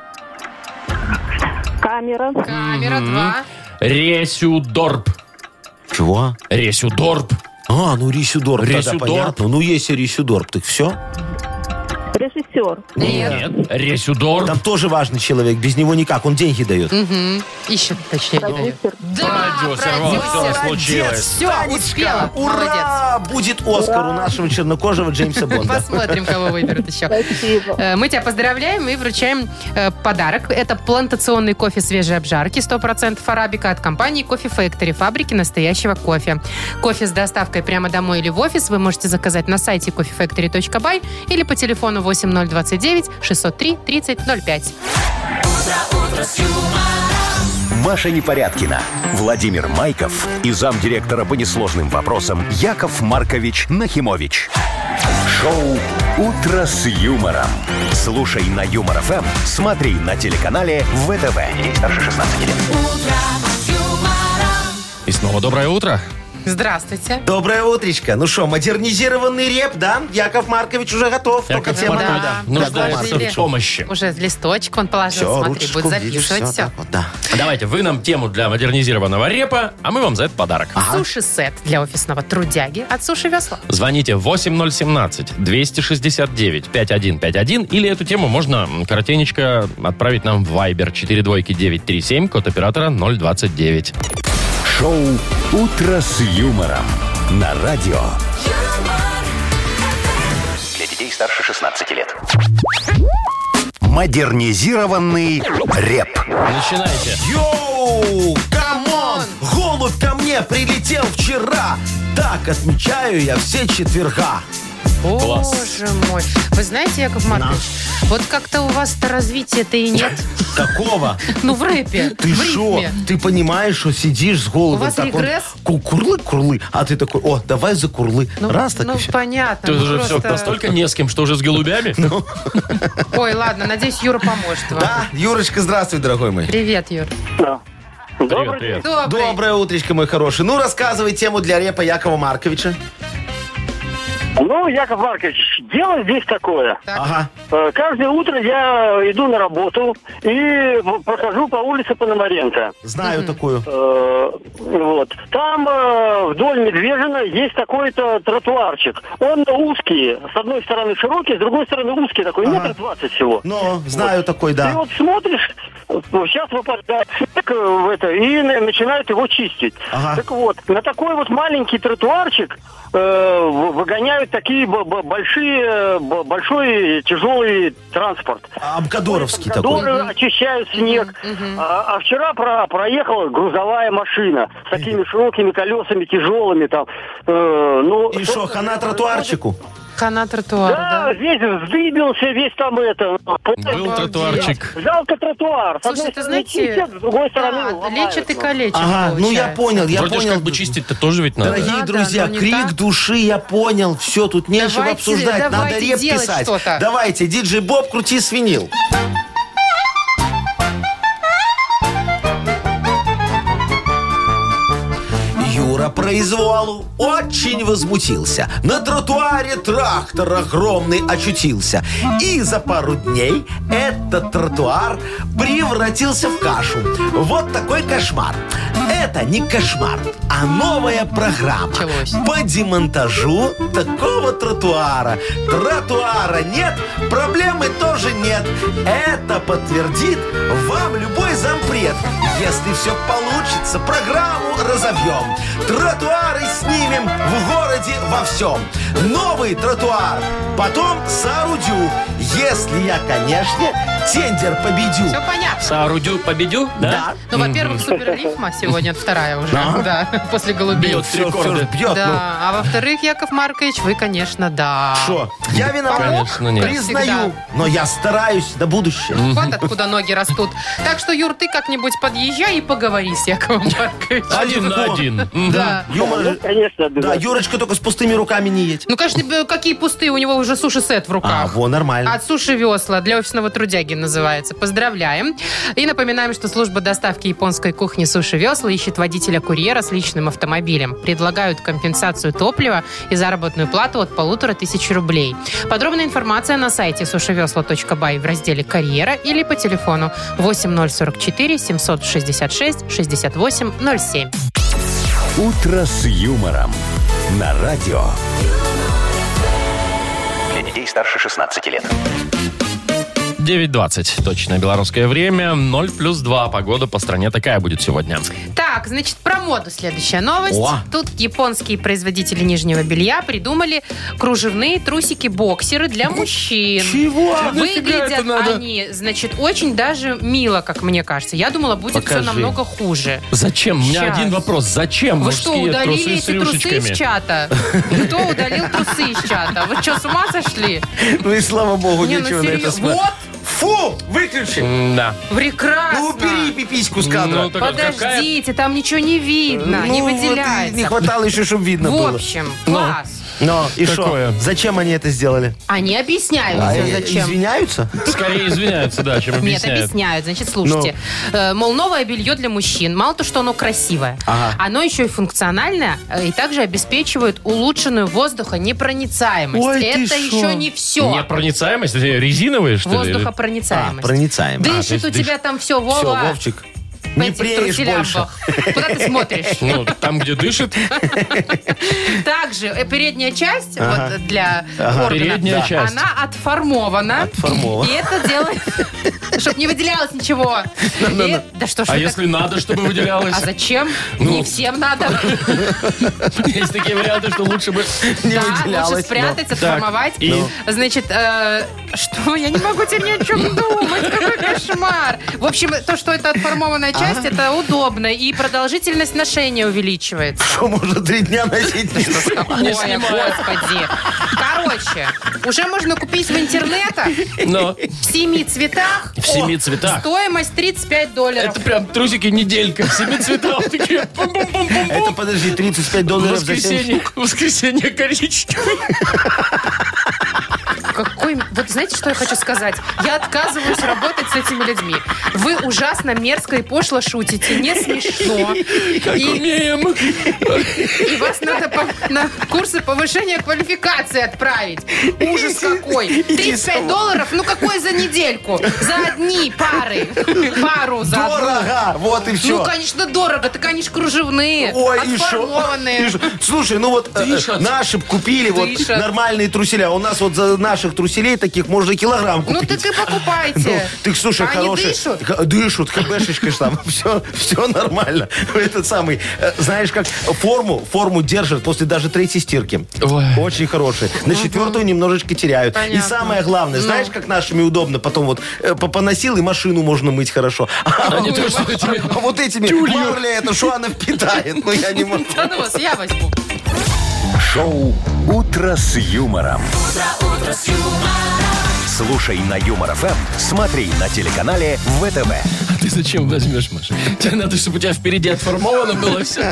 Камера. Камера, два. Ресюдорп. Чего? Ресюдорп. А, ну Рисюдорп, тогда Рисюдорп. понятно. Ну если Рисюдорп, так все. Режиссер. Нет. Ресюдорп. Там тоже важный человек, без него никак, он деньги дает. Ищет, точнее, не дает. Продюсер. Да, Продюсер, вот все случилось. Все, успела. Ура! Будет Оскар у нашего чернокожего Джеймса Бонда. Посмотрим, кого выберут еще. Спасибо. Мы тебя поздравляем и вручаем подарок. Это плантационный кофе свежей обжарки 100% арабика от компании Coffee Factory, фабрики настоящего кофе. Кофе с доставкой прямо домой или в офис вы можете заказать на сайте coffeefactory.by или по телефону 8029 603 3005. Маша Непорядкина, Владимир Майков и замдиректора по несложным вопросам Яков Маркович Нахимович. Шоу «Утро с юмором». Слушай на Юмор ФМ, смотри на телеканале ВТВ. Ей старше 16 лет. И снова доброе утро. Здравствуйте. Доброе утречко. Ну что, модернизированный реп, да? Яков Маркович уже готов. Только Яков тема Маркович надо. нуждается Положили. в помощи. Уже листочек он положил, Все, смотри, ручечку, будет видишь, записывать все. так вот, да. Давайте, вы нам тему для модернизированного репа, а мы вам за это подарок. Суши-сет для офисного трудяги от Суши Весла. Звоните 8017-269-5151 или эту тему можно коротенечко отправить нам в Viber 42937, код оператора 029. Шоу «Утро с юмором» на радио. Для детей старше 16 лет. Модернизированный реп. Начинайте. Йоу, камон! Голубь ко мне прилетел вчера. Так отмечаю я все четверга. Класс. Боже мой. Вы знаете, Яков Маркович, вот как-то у вас-то развития-то и нет. Какого? Ну, в рэпе, Ты в шо? ритме. Ты понимаешь, что сидишь с голубем. У вас так он регресс? Курлы, а ты такой, о, давай за курлы. Раз, так ну и все. понятно. Тут ну, уже все просто- настолько не с кем, что уже с голубями. Ой, ладно, надеюсь, Юра поможет вам. Да, Юрочка, здравствуй, дорогой мой. Привет, Юр. Привет, привет. Добрый. Доброе утречко, мой хороший. Ну, рассказывай тему для репа Якова Марковича. Ну, Яков Маркович, дело здесь такое. Ага. Каждое утро я иду на работу и прохожу по улице Пономаренко. Знаю такую. Вот. Там вдоль Медвежина есть такой-то тротуарчик. Он узкий. С одной стороны широкий, с другой стороны узкий такой. Ага. Метр 20 всего. Ну, знаю такой, Ты да. вот смотришь, сейчас выпадает снег в это, и начинают его чистить. Ага. Так вот, на такой вот маленький тротуарчик выгоняют такие большой тяжелый транспорт. Амкадоровский такой. Которые очищают снег. А вчера проехала грузовая машина с такими широкими колесами, тяжелыми там. И что, хана тротуарчику? Хана тротуара, Да, да? весь вздыбился, весь там это. Был тротуарчик. Жалко тротуар. С Слушай, одной ты стороны знаете, чистят, с другой стороны да, ломают. лечат и калечат, Ага, ну я получается. понял, я Вроде ж понял. как бы чистить-то тоже ведь надо. Дорогие Надо, друзья, но не крик так. души, я понял. Все, тут нечего Давайте, обсуждать. Надо давайте реп делать писать. что-то. Давайте, диджей Боб, крути свинил. Юра произволу очень возмутился. На тротуаре трактор огромный очутился. И за пару дней этот тротуар превратился в кашу. Вот такой кошмар. Это не кошмар, а новая программа Началось. по демонтажу такого тротуара. Тротуара нет, проблемы тоже нет. Это подтвердит вам любой зампред. Если все получится, программу разовьем. Тротуары снимем в городе во всем. Новый тротуар потом соорудю. Если я, конечно, тендер победю. Все понятно. Соорудю, победю, да? Да. Ну, во-первых, суперлифма сегодня вторая уже, да, после голубей. Бьет рекорды. Бьет, Да, а во-вторых, Яков Маркович, вы, конечно, да. Что? Я виноват? Конечно, нет. Признаю. Всегда. Но я стараюсь на будущее. Вот откуда ноги растут. Так что, Юр, ты как-нибудь подъезжай и поговори с Яковом Марковичем. Один на один. Мгм. Да. Юмор Ну, же- конечно, Да, обязательно. Юрочка только с пустыми руками не едь. Ну, конечно, какие пустые, у него уже суши-сет в А, руках. во, нормально. От суши-весла для офисного трудяги называется. Поздравляем. И напоминаем, что служба доставки японской кухни суши-весла ищет водителя-курьера с личным автомобилем. Предлагают компенсацию топлива и заработную плату от 1500 рублей. Подробная информация на сайте сушивесла.бай в разделе «Карьера» или по телефону 8044 766 6807. «Утро с юмором» на радио. Для детей старше 16 лет. 9:20, точное белорусское время, 0+2. Погода по стране такая будет сегодня. Так, значит, про моду следующая новость. О. Тут японские производители нижнего белья придумали кружевные трусики-боксеры для мужчин. Чего? Нафига Выглядят это надо? они, значит, очень даже мило, как мне кажется. Я думала, будет Покажи. все намного хуже. Зачем? У меня Щас. один вопрос. Зачем Вы что, мужские удалили трусы с эти трусы из рюшечками? чата? Кто удалил трусы из чата? Вы что, с ума сошли? Ну и слава богу, Не, ну нечего на это серьезно. смотреть. Вот, Фу, выключи. Да. прекрасно. Ну убери пипиську с кадра. Ну, так вот какая- Подождите, там ничего не видно, не Ну, вот и выделяется. не хватало еще, чтобы видно В было. общем, класс. Но, и что? Какое? Зачем они это сделали? Они объясняют все, зачем. Извиняются? Скорее извиняются, да, чем Нет, объясняют. объясняют. Значит, слушайте. Мол, новое белье для мужчин. Мало то, что оно красивое, Ага. оно еще и функциональное, и также обеспечивает улучшенную воздухонепроницаемость. Ой, ты Это шо? еще не все. Непроницаемость? Это резиновые, что ли? Воздухопроницаемость. Проницаем. Дышит то у есть тебя там все, Вова. Все, Вовчик, в не этих преешь больше. труселямбах. Куда ты смотришь? Ну, там, где дышит, Также передняя часть вот, для органа, передняя часть. она отформована. Отформована. И это делает, чтобы не выделялось ничего. И- Да что ж А вы если надо, чтобы выделялось? А зачем? Ну. Не всем надо. Есть такие варианты, что лучше бы... Не Да, выделялось, лучше спрятать, Так, отформовать. и? Значит, что? Я не могу теперь ни о чем думать. Какой кошмар. В общем, то, что это отформованная часть, это удобно. И продолжительность ношения увеличивается. Что, можно 3 дня носить? Ой, снимает. господи. Короче, уже можно купить в интернетах Но в 7 цветах. в 7 цветах. Стоимость $35. Это прям трусики неделька. 7 цветов. Такие пум-пум-пум-пум. Это, подожди, $35 за 7 Воскресенье, штук. воскресенье коричневый. Какой Вот знаете, что я хочу сказать? Я отказываюсь работать с этими людьми. Вы ужасно мерзко и пошло шутите. Не смешно. И вас надо на курсы повышения квалификации отправить. Ужас какой. $35? Ну какой за недельку? За одни пары. Пару за одну. Дорого! Вот и все. Ну, конечно, дорого. Так они ж кружевные. Ой, и отформованные. шо? Слушай, ну вот наши б купили вот нормальные труселя. У нас вот за наших труселей таких можно килограмм купить. Ну, так и покупайте. Так, слушай, Они хорошие. Дышат, ХБшечка ж там. Все нормально. Этот самый, знаешь, как форму держат после даже 3-й стирки. Ой. Очень хорошие. На 4-ю немножечко теряют. Понятно. И самое главное, знаешь, как нашими удобно потом вот поносил, и машину можно мыть хорошо. А не то, что этими вот этими, мало ли это, что она впитает. Ну, я не могу. Да ну вас, я возьму. Шоу «Утро с юмором». Слушай на Юмор ФМ, смотри на телеканале ВТВ. А ты зачем возьмешь, Маша? Тебе надо, чтобы у тебя впереди отформовано было все.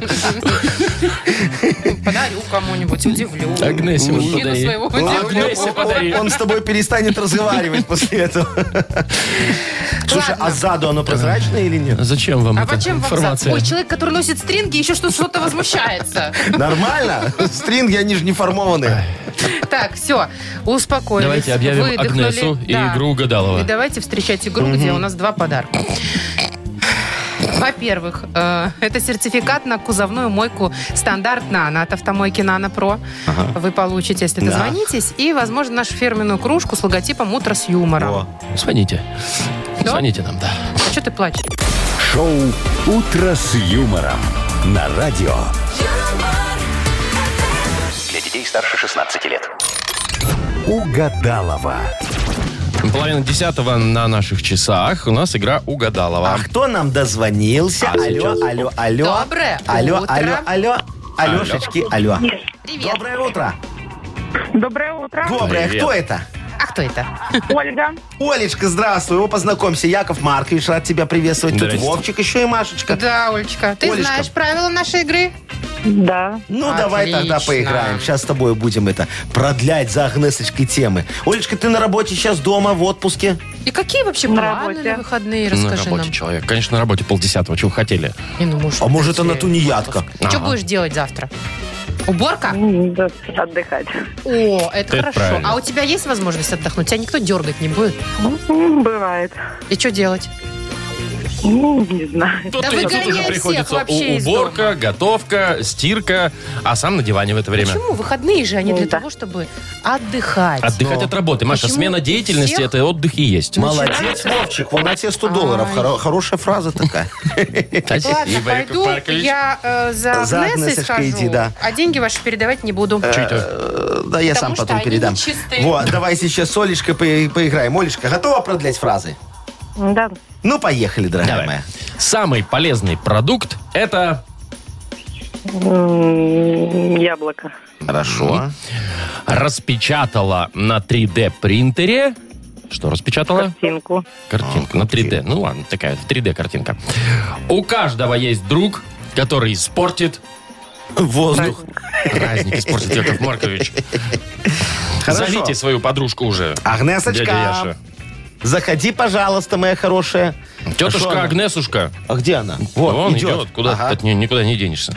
Подарю кому-нибудь, удивлю. Агнесе вот Мужчину подари. своего удивлю. Агнесе подари. Он с тобой перестанет разговаривать после этого. Слушай, а сзаду оно прозрачное или нет? Зачем вам А эта зачем вам информация? Ой, человек, который носит стринги, еще что-то возмущается. Нормально? Стринги, они же не формованные. Так, все, успокоились. Давайте объявим выдохнули. Агнесу и Да. игру угадалова. И давайте встречать игру, где у нас 2 подарка. Во-первых, это сертификат на кузовную мойку стандарт «Нано» от автомойки «Нано Про». Вы получите, если дозвонитесь. И, возможно, нашу фирменную кружку с логотипом «Утро с юмором». О. Звоните. Да? Звоните нам, да. А что ты плачешь? Шоу «Утро с юмором» на радио. Для детей старше 16 лет. Угадалова. 9:30 на наших часах. У нас игра «Угадалова». А кто нам дозвонился? Алло, алло, алло. Доброе Алло, утро. алло, алло. Алешечки, алло. Привет. Доброе утро. Доброе утро. Доброе. Привет. Кто это? А кто это? Ольга. Олечка, здравствуй. О, познакомься. Яков Маркович, рад тебя приветствовать. Тут Здрасте. Вовчик еще и Машечка. Да, Олечка. Ты Олечка. знаешь правила нашей игры? Да. Ну, давай тогда Отлично. поиграем. Сейчас с тобой будем продлять за Агнесочкой темы. Олечка, ты на работе сейчас дома, в отпуске? И какие вообще На планы работе. на выходные? На Расскажи работе нам. человек. Конечно, на работе 9:30. Чего вы хотели? Не, ну, может, А может, она быть, тунеядка? Что Ага. будешь делать завтра? Уборка? Да, отдыхать. О, это Это хорошо. правильно. А у тебя есть возможность отдохнуть? Тебя никто дергать не будет? Бывает. И что делать? Не знаю. Тут, Да тут уже выгоняй всех приходится вообще из уборка, готовка, стирка, а сам на диване в это время. Почему? Выходные же они для Да. того, чтобы отдыхать. Отдыхать от работы. Маша, Почему смена деятельности всех- это отдых и есть. Молодец, Вовчик. Вон на тебе $100. Хорошая фраза такая. Спасибо, Ладно, Игорь пойду Маркович. я за За Агнесой Агнесочкой схожу, иди, да. а деньги ваши передавать не буду. Чё это? Да, я Потому сам что потом они передам. нечистые. Вот, давай сейчас с Олечкой поиграем. Олечка, готова продлять фразы? Да. Ну, поехали, дорогая Давай. моя. Самый полезный продукт это Яблоко. Хорошо. распечатала на 3D принтере. Что распечатала? Картинку. Картинку на 3D. Ну ладно, такая 3D картинка. У каждого есть друг, который испортит Воздух. праздник, испортит Яков Маркович. Хорошо. Зовите свою подружку уже. Агнесочка, Дядя Яша. заходи, пожалуйста, моя хорошая. А что Тетушка она? Агнесушка. А где она? Вот, Вон идет. Куда Ага. ты никуда не денешься.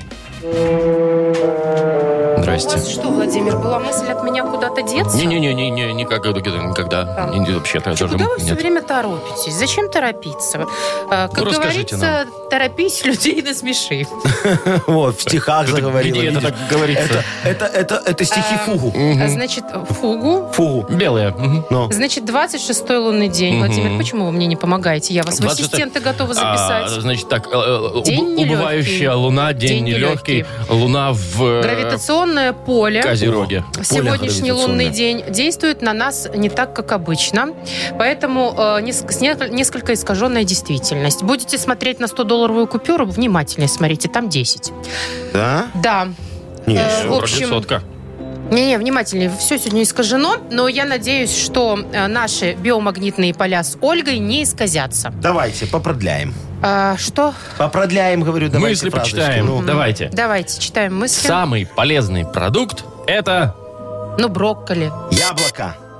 У Здрасте. вас что, Владимир, была мысль от меня куда-то деться? Не-не-не, никогда. Вообще-то я тоже... Куда вы все нет. время торопитесь? Зачем торопиться? Как Ну, расскажите говорится, торопись, людей насмеши. Вот, в стихах Это заговорила. где это видишь? так говорится? Это стихи Фугу. Значит, фугу. Фугу. Белые. Мгм. Ну. Значит, 26-й лунный день. Владимир, почему вы мне не помогаете? Я вас в 26-й. ассистенты готова записать. Значит так, День нелегкий. убывающая луна, день нелегкий, луна в Гравитационное поле. Козероге. В сегодняшний гравитационное. лунный день действует на нас не так, как обычно. Поэтому несколько искаженная действительность. Будете смотреть на $100 купюру, внимательнее смотрите, там 10. Да? Да. Не, В Вроде общем, сотка. не, внимательнее. Все сегодня искажено, но я надеюсь, что наши биомагнитные поля с Ольгой не исказятся. Давайте, попродляем. Что? Попродляем, говорю, давайте Мысли фразочки. почитаем. Ну. Давайте. Давайте, читаем мысли. Самый полезный продукт это Ну, брокколи. Яблоко.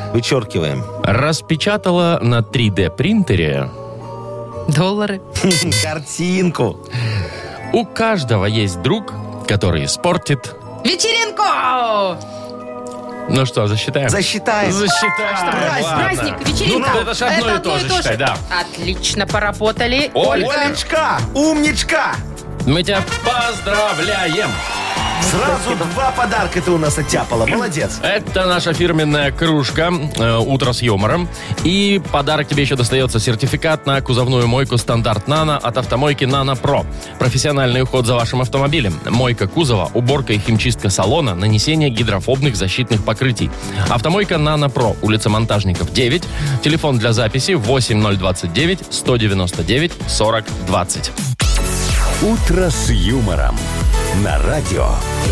Вычеркиваем. Распечатала на 3D принтере. Доллары. Картинку. У каждого есть друг, который испортит. Вечеринку! Ну что, засчитаем? Засчитаем. Засчитаем. ладно. Праздник, вечеринка. Ну, это ж одно и то же, считай, да. Отлично поработали. Ольга. Олечка, умничка. Мы тебя поздравляем. Сразу 2 подарка ты у нас оттяпала. Молодец. Это наша фирменная кружка «Утро с юмором». И подарок тебе еще достается сертификат на кузовную мойку «Стандарт Нано» от автомойки «Нано Про». Профессиональный уход за вашим автомобилем. Мойка кузова, уборка и химчистка салона, нанесение гидрофобных защитных покрытий. Автомойка «Нано Про», улица Монтажников, 9. Телефон для записи 8029 199 40 20. «Утро с юмором» на радио.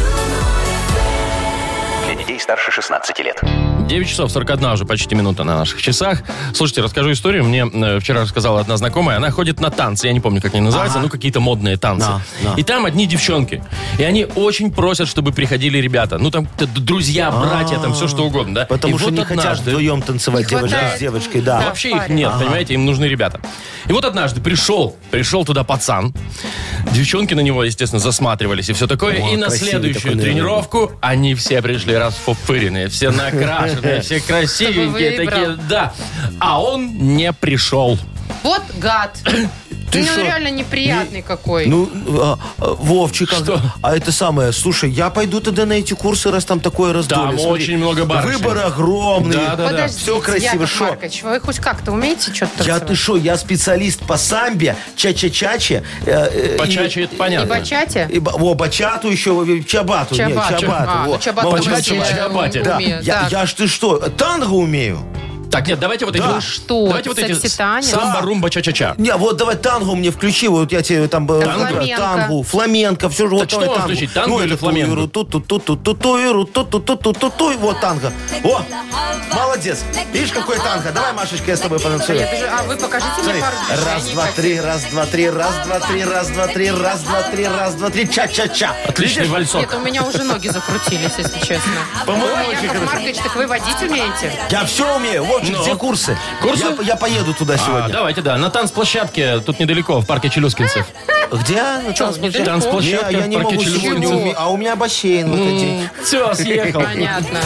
Для детей старше 16 лет. 9 часов 41 уже почти минута на наших часах. Слушайте, расскажу историю. Мне вчера рассказала одна знакомая. Она ходит на танцы. Я не помню, как они называются. Ну, какие-то модные танцы. Да. И там одни девчонки. И они очень просят, чтобы приходили ребята. Ну, там друзья, братья, там все что угодно, да? Потому И что вот не хотят однажды- вдвоем танцевать Не девочка хватает. с девочкой, да. Вообще их парень. нет, понимаете, им нужны ребята. И вот однажды пришел туда пацан. Девчонки на него, естественно, засматривались и все такое. О, и на красивый следующую такой, наверное. тренировку они все пришли расфуфыренные, все накрашенные, все красивенькие Чтобы такие, выбрал. да. А он не пришел. Вот гад. Ты Ну, шо? реально неприятный какой. Ну, Вовчик, Что? а это самое, слушай, я пойду тогда на эти курсы, раз там такое раздолье. Там Смотри, очень много барышень. Выбор огромный. Да. Подождите, Все красиво. Яков Шо? Маркович, вы хоть как-то умеете что-то Ты шо, я специалист по самбе, ча-ча-чаче. Почачи это И понятно. бачате? Бачату еще, чабату. Нет, Чабату. чабату. А, во. ну, чабату Молодец. мы все Чабате. Да, умеем. я Так. ж ты что, танго умею? Так, нет, давайте вот эти... Да. Что, Давайте вот эти секси-танец? самба, румба, ча-ча-ча. Не, вот давай тангу мне включи, вот я тебе там Фламенко. тангу, фламенко, все же вот что давай вам тангу. включить, танго или это фламенко? ту-ту-ту-ту-ту-ту-ту-ту-ту-ту-ту. Вот танго. О, молодец. Видишь, какой танго? Давай, Машечка, я с тобой потанцую. А вы покажите Смотри, мне пару движений. раз, два, три, раз, два, три, раз, два, три, раз, два, три, раз, два, три, раз, два, три, ча-ча-ча. Отличный Нет, вальсок. у меня уже ноги закрутились, если честно. По-моему, Ой, очень Яков хорошо. Маркович, так вы водить умеете? Я все умею. Вовчик, Ну. где курсы? Курсы? Я поеду туда сегодня. Давайте, да. На танцплощадке, тут недалеко, в парке Челюскинцев. Где? Ну, Что, танцплощадка? недалеко? Танцплощадка Не, я в не парке могу сегодня, Челюскинцев. а у меня бассейн в этот день. Все, съехал. Понятно.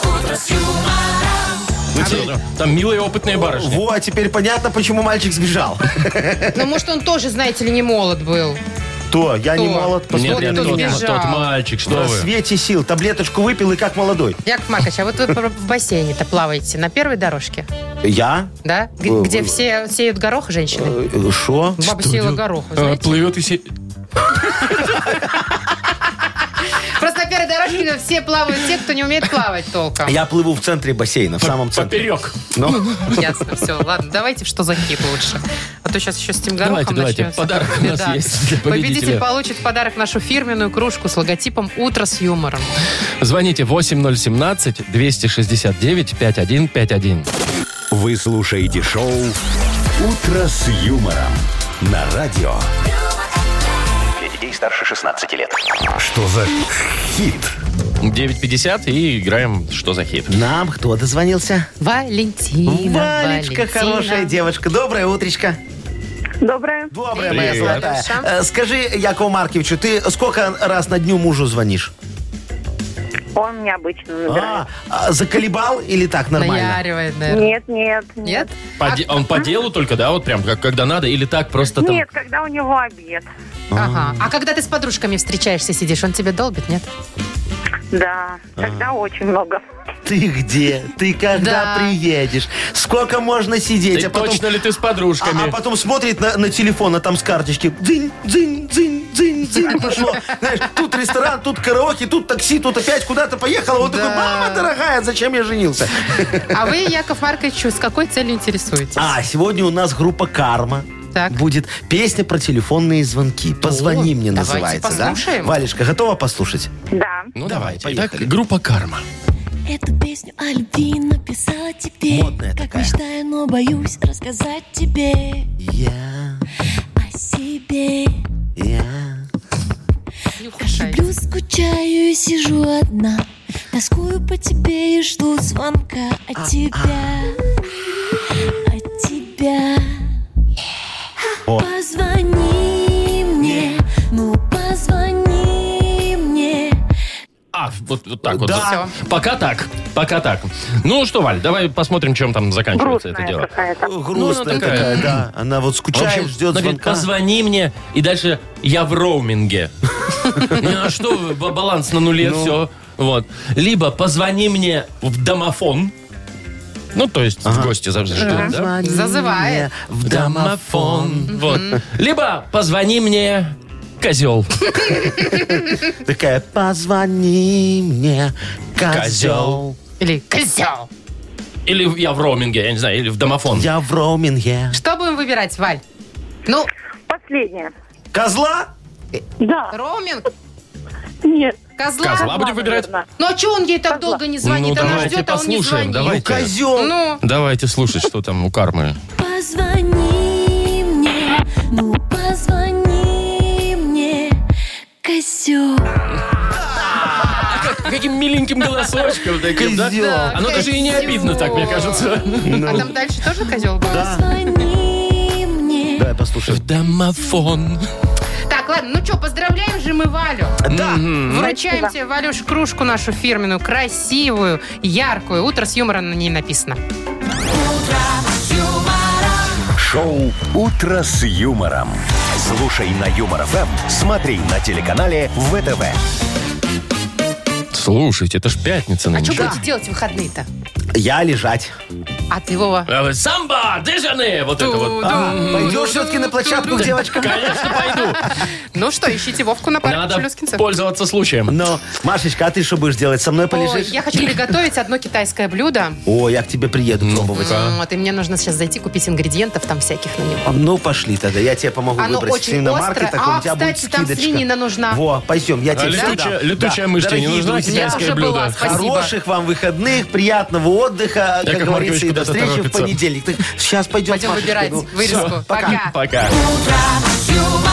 Ну, чё, там милые опытные барышни. Во, а теперь понятно, почему мальчик сбежал. Ну, может, он тоже, знаете ли, не молод был. То, я не Кто? молод, Нет, посмотри нет, на кто меня. сбежал? тот мальчик, что В вы. свете сил, таблеточку выпил и как молодой. Яков Маркович, а вот вы в бассейне-то плаваете на первой дорожке, Я? да? Где все сеют горох женщины? Шо? Баба сеяла горох, вы знаете? Плывет и Просто на первой дорожке все плавают те, кто не умеет плавать толком. Я плыву в центре бассейна, в самом центре. поперек. Ну, Ясно, все. Ладно, давайте в что за хит лучше. А то сейчас еще с этим горохом Давайте. начнется. Подарок у нас Да. есть для победителя. Победитель получит в подарок нашу фирменную кружку с логотипом «Утро с юмором». Звоните 8017-269-5151. Вы слушаете шоу «Утро с юмором» на радио. Для детей старше 16 лет. Что за хит? 9:50 и играем «Что за хит?». нам кто дозвонился? Валентина. Валечка, хорошая девушка. Доброе утречко. Доброе. Доброе, моя Привет. золотая. Валюша. Скажи, Якову Марковичу, ты сколько раз на дню мужу звонишь? Он необычно набирает. Заколебал или так нормально? Наяривает, наверное. Нет. Нет? Он по делу только, да, вот прям как когда надо, или так просто там... Нет, когда у него обед. Ага. А когда ты с подружками встречаешься, сидишь, он тебе долбит, нет? Да, тогда очень много. Ты где? Ты когда Да. приедешь? Сколько можно сидеть? Да точно ли ты с подружками? А потом смотрит на телефон, а там с карточки. Дзынь, дзынь, дзынь, дзынь, дзынь. Пошло. Знаешь, тут ресторан, тут караоке, тут такси, тут опять куда-то поехала. Вот Да. такой, мама дорогая, зачем я женился? А вы, Яков Маркович, с какой целью интересуетесь? Сегодня у нас группа «Карма». Так. Будет песня про телефонные звонки. «Позвони мне» давайте называется. Да? послушаем. Валечка, готова послушать? Да. Ну, Давай, давайте. поехали. Итак, группа «Карма». Эту песню о любви написала тебе. Модная как такая. мечтаю, но боюсь рассказать тебе Я. о себе. Не Как украшайте. люблю, скучаю и сижу одна. Тоскую по тебе и жду звонка от тебя. От тебя. Позвони мне, ну позвони мне. Вот так вот. Да. Пока так. Ну что, Валь, давай посмотрим, чем там заканчивается это Грустная дело. какая-то. Грустная Ну, она такая. такая, да. Она вот В скучает, общем, ждет она говорит, звонка. позвони мне, и дальше я в роуминге. Ну, а что, вы, баланс на нуле, все. Вот. Либо позвони мне в домофон. Ну, то есть в гости ждет, да? Зазывает. В домофон. Вот. Либо позвони мне, козел. Такая, позвони мне, козел. Или козел. Или я в роуминге, я не знаю, или в домофон. Я в роуминге. Что будем выбирать, Валь? Ну, Последнее. Козла? Да. роуминг, Нет. козла. Козла будем выбирать? наверное. Ну, а что он ей так долго не звонит? Ну, Она давайте ждет, а он не послушаем, звонит. давайте. Козел. Ну, Давайте слушать, что там у кармы. Позвони мне, ну позвони мне, козел. Каким миленьким голосочком таким, да? Козел. Оно даже и не Козел. обидно так, мне кажется. а там дальше тоже козел был? Позвони мне. Давай послушаем. В домофон. Так, ладно, ну что, поздравляем же мы Валю. Да. Вручаем Спасибо. тебе, Валюш, кружку нашу фирменную, красивую, яркую. «Утро с юмором» на ней написано. Шоу «Утро с юмором». Слушай на Юмор ФМ, смотри на телеканале ВТВ. Слушайте, это ж пятница А что нынче. будете делать в выходные-то? Я лежать. А ты, Вова? Самба, дежане, вот это вот. Пойдешь все-таки на площадку к девочкам? Конечно, пойду. Ну что, ищите Вовку на парке Надо челюскинцев. пользоваться случаем. Но, Машечка, а ты что будешь делать? Со мной Ой, полежишь? я хочу приготовить одно китайское блюдо. О, я к тебе приеду пробовать. Вот, и мне нужно сейчас зайти купить ингредиентов там всяких на него. Ну, пошли тогда. Я тебе помогу Оно выбрать очень свиномаркет. острое. такой, А, у тебя будет кстати, там скидочка. свинина нужна. Во, пойдем, я тебе всё дам. летучая Да. мышь тебе не Дорогие нужна? друзья, Китайское уже была, блюдо. спасибо. Хороших вам выходных, приятного отдыха, как Яков говорится, и Маркович до куда-то встречи в торопится. понедельник. Так, сейчас пойдем, Пойдем выбирать вырезку. Пока. Пока. Пока. Утро с юмором.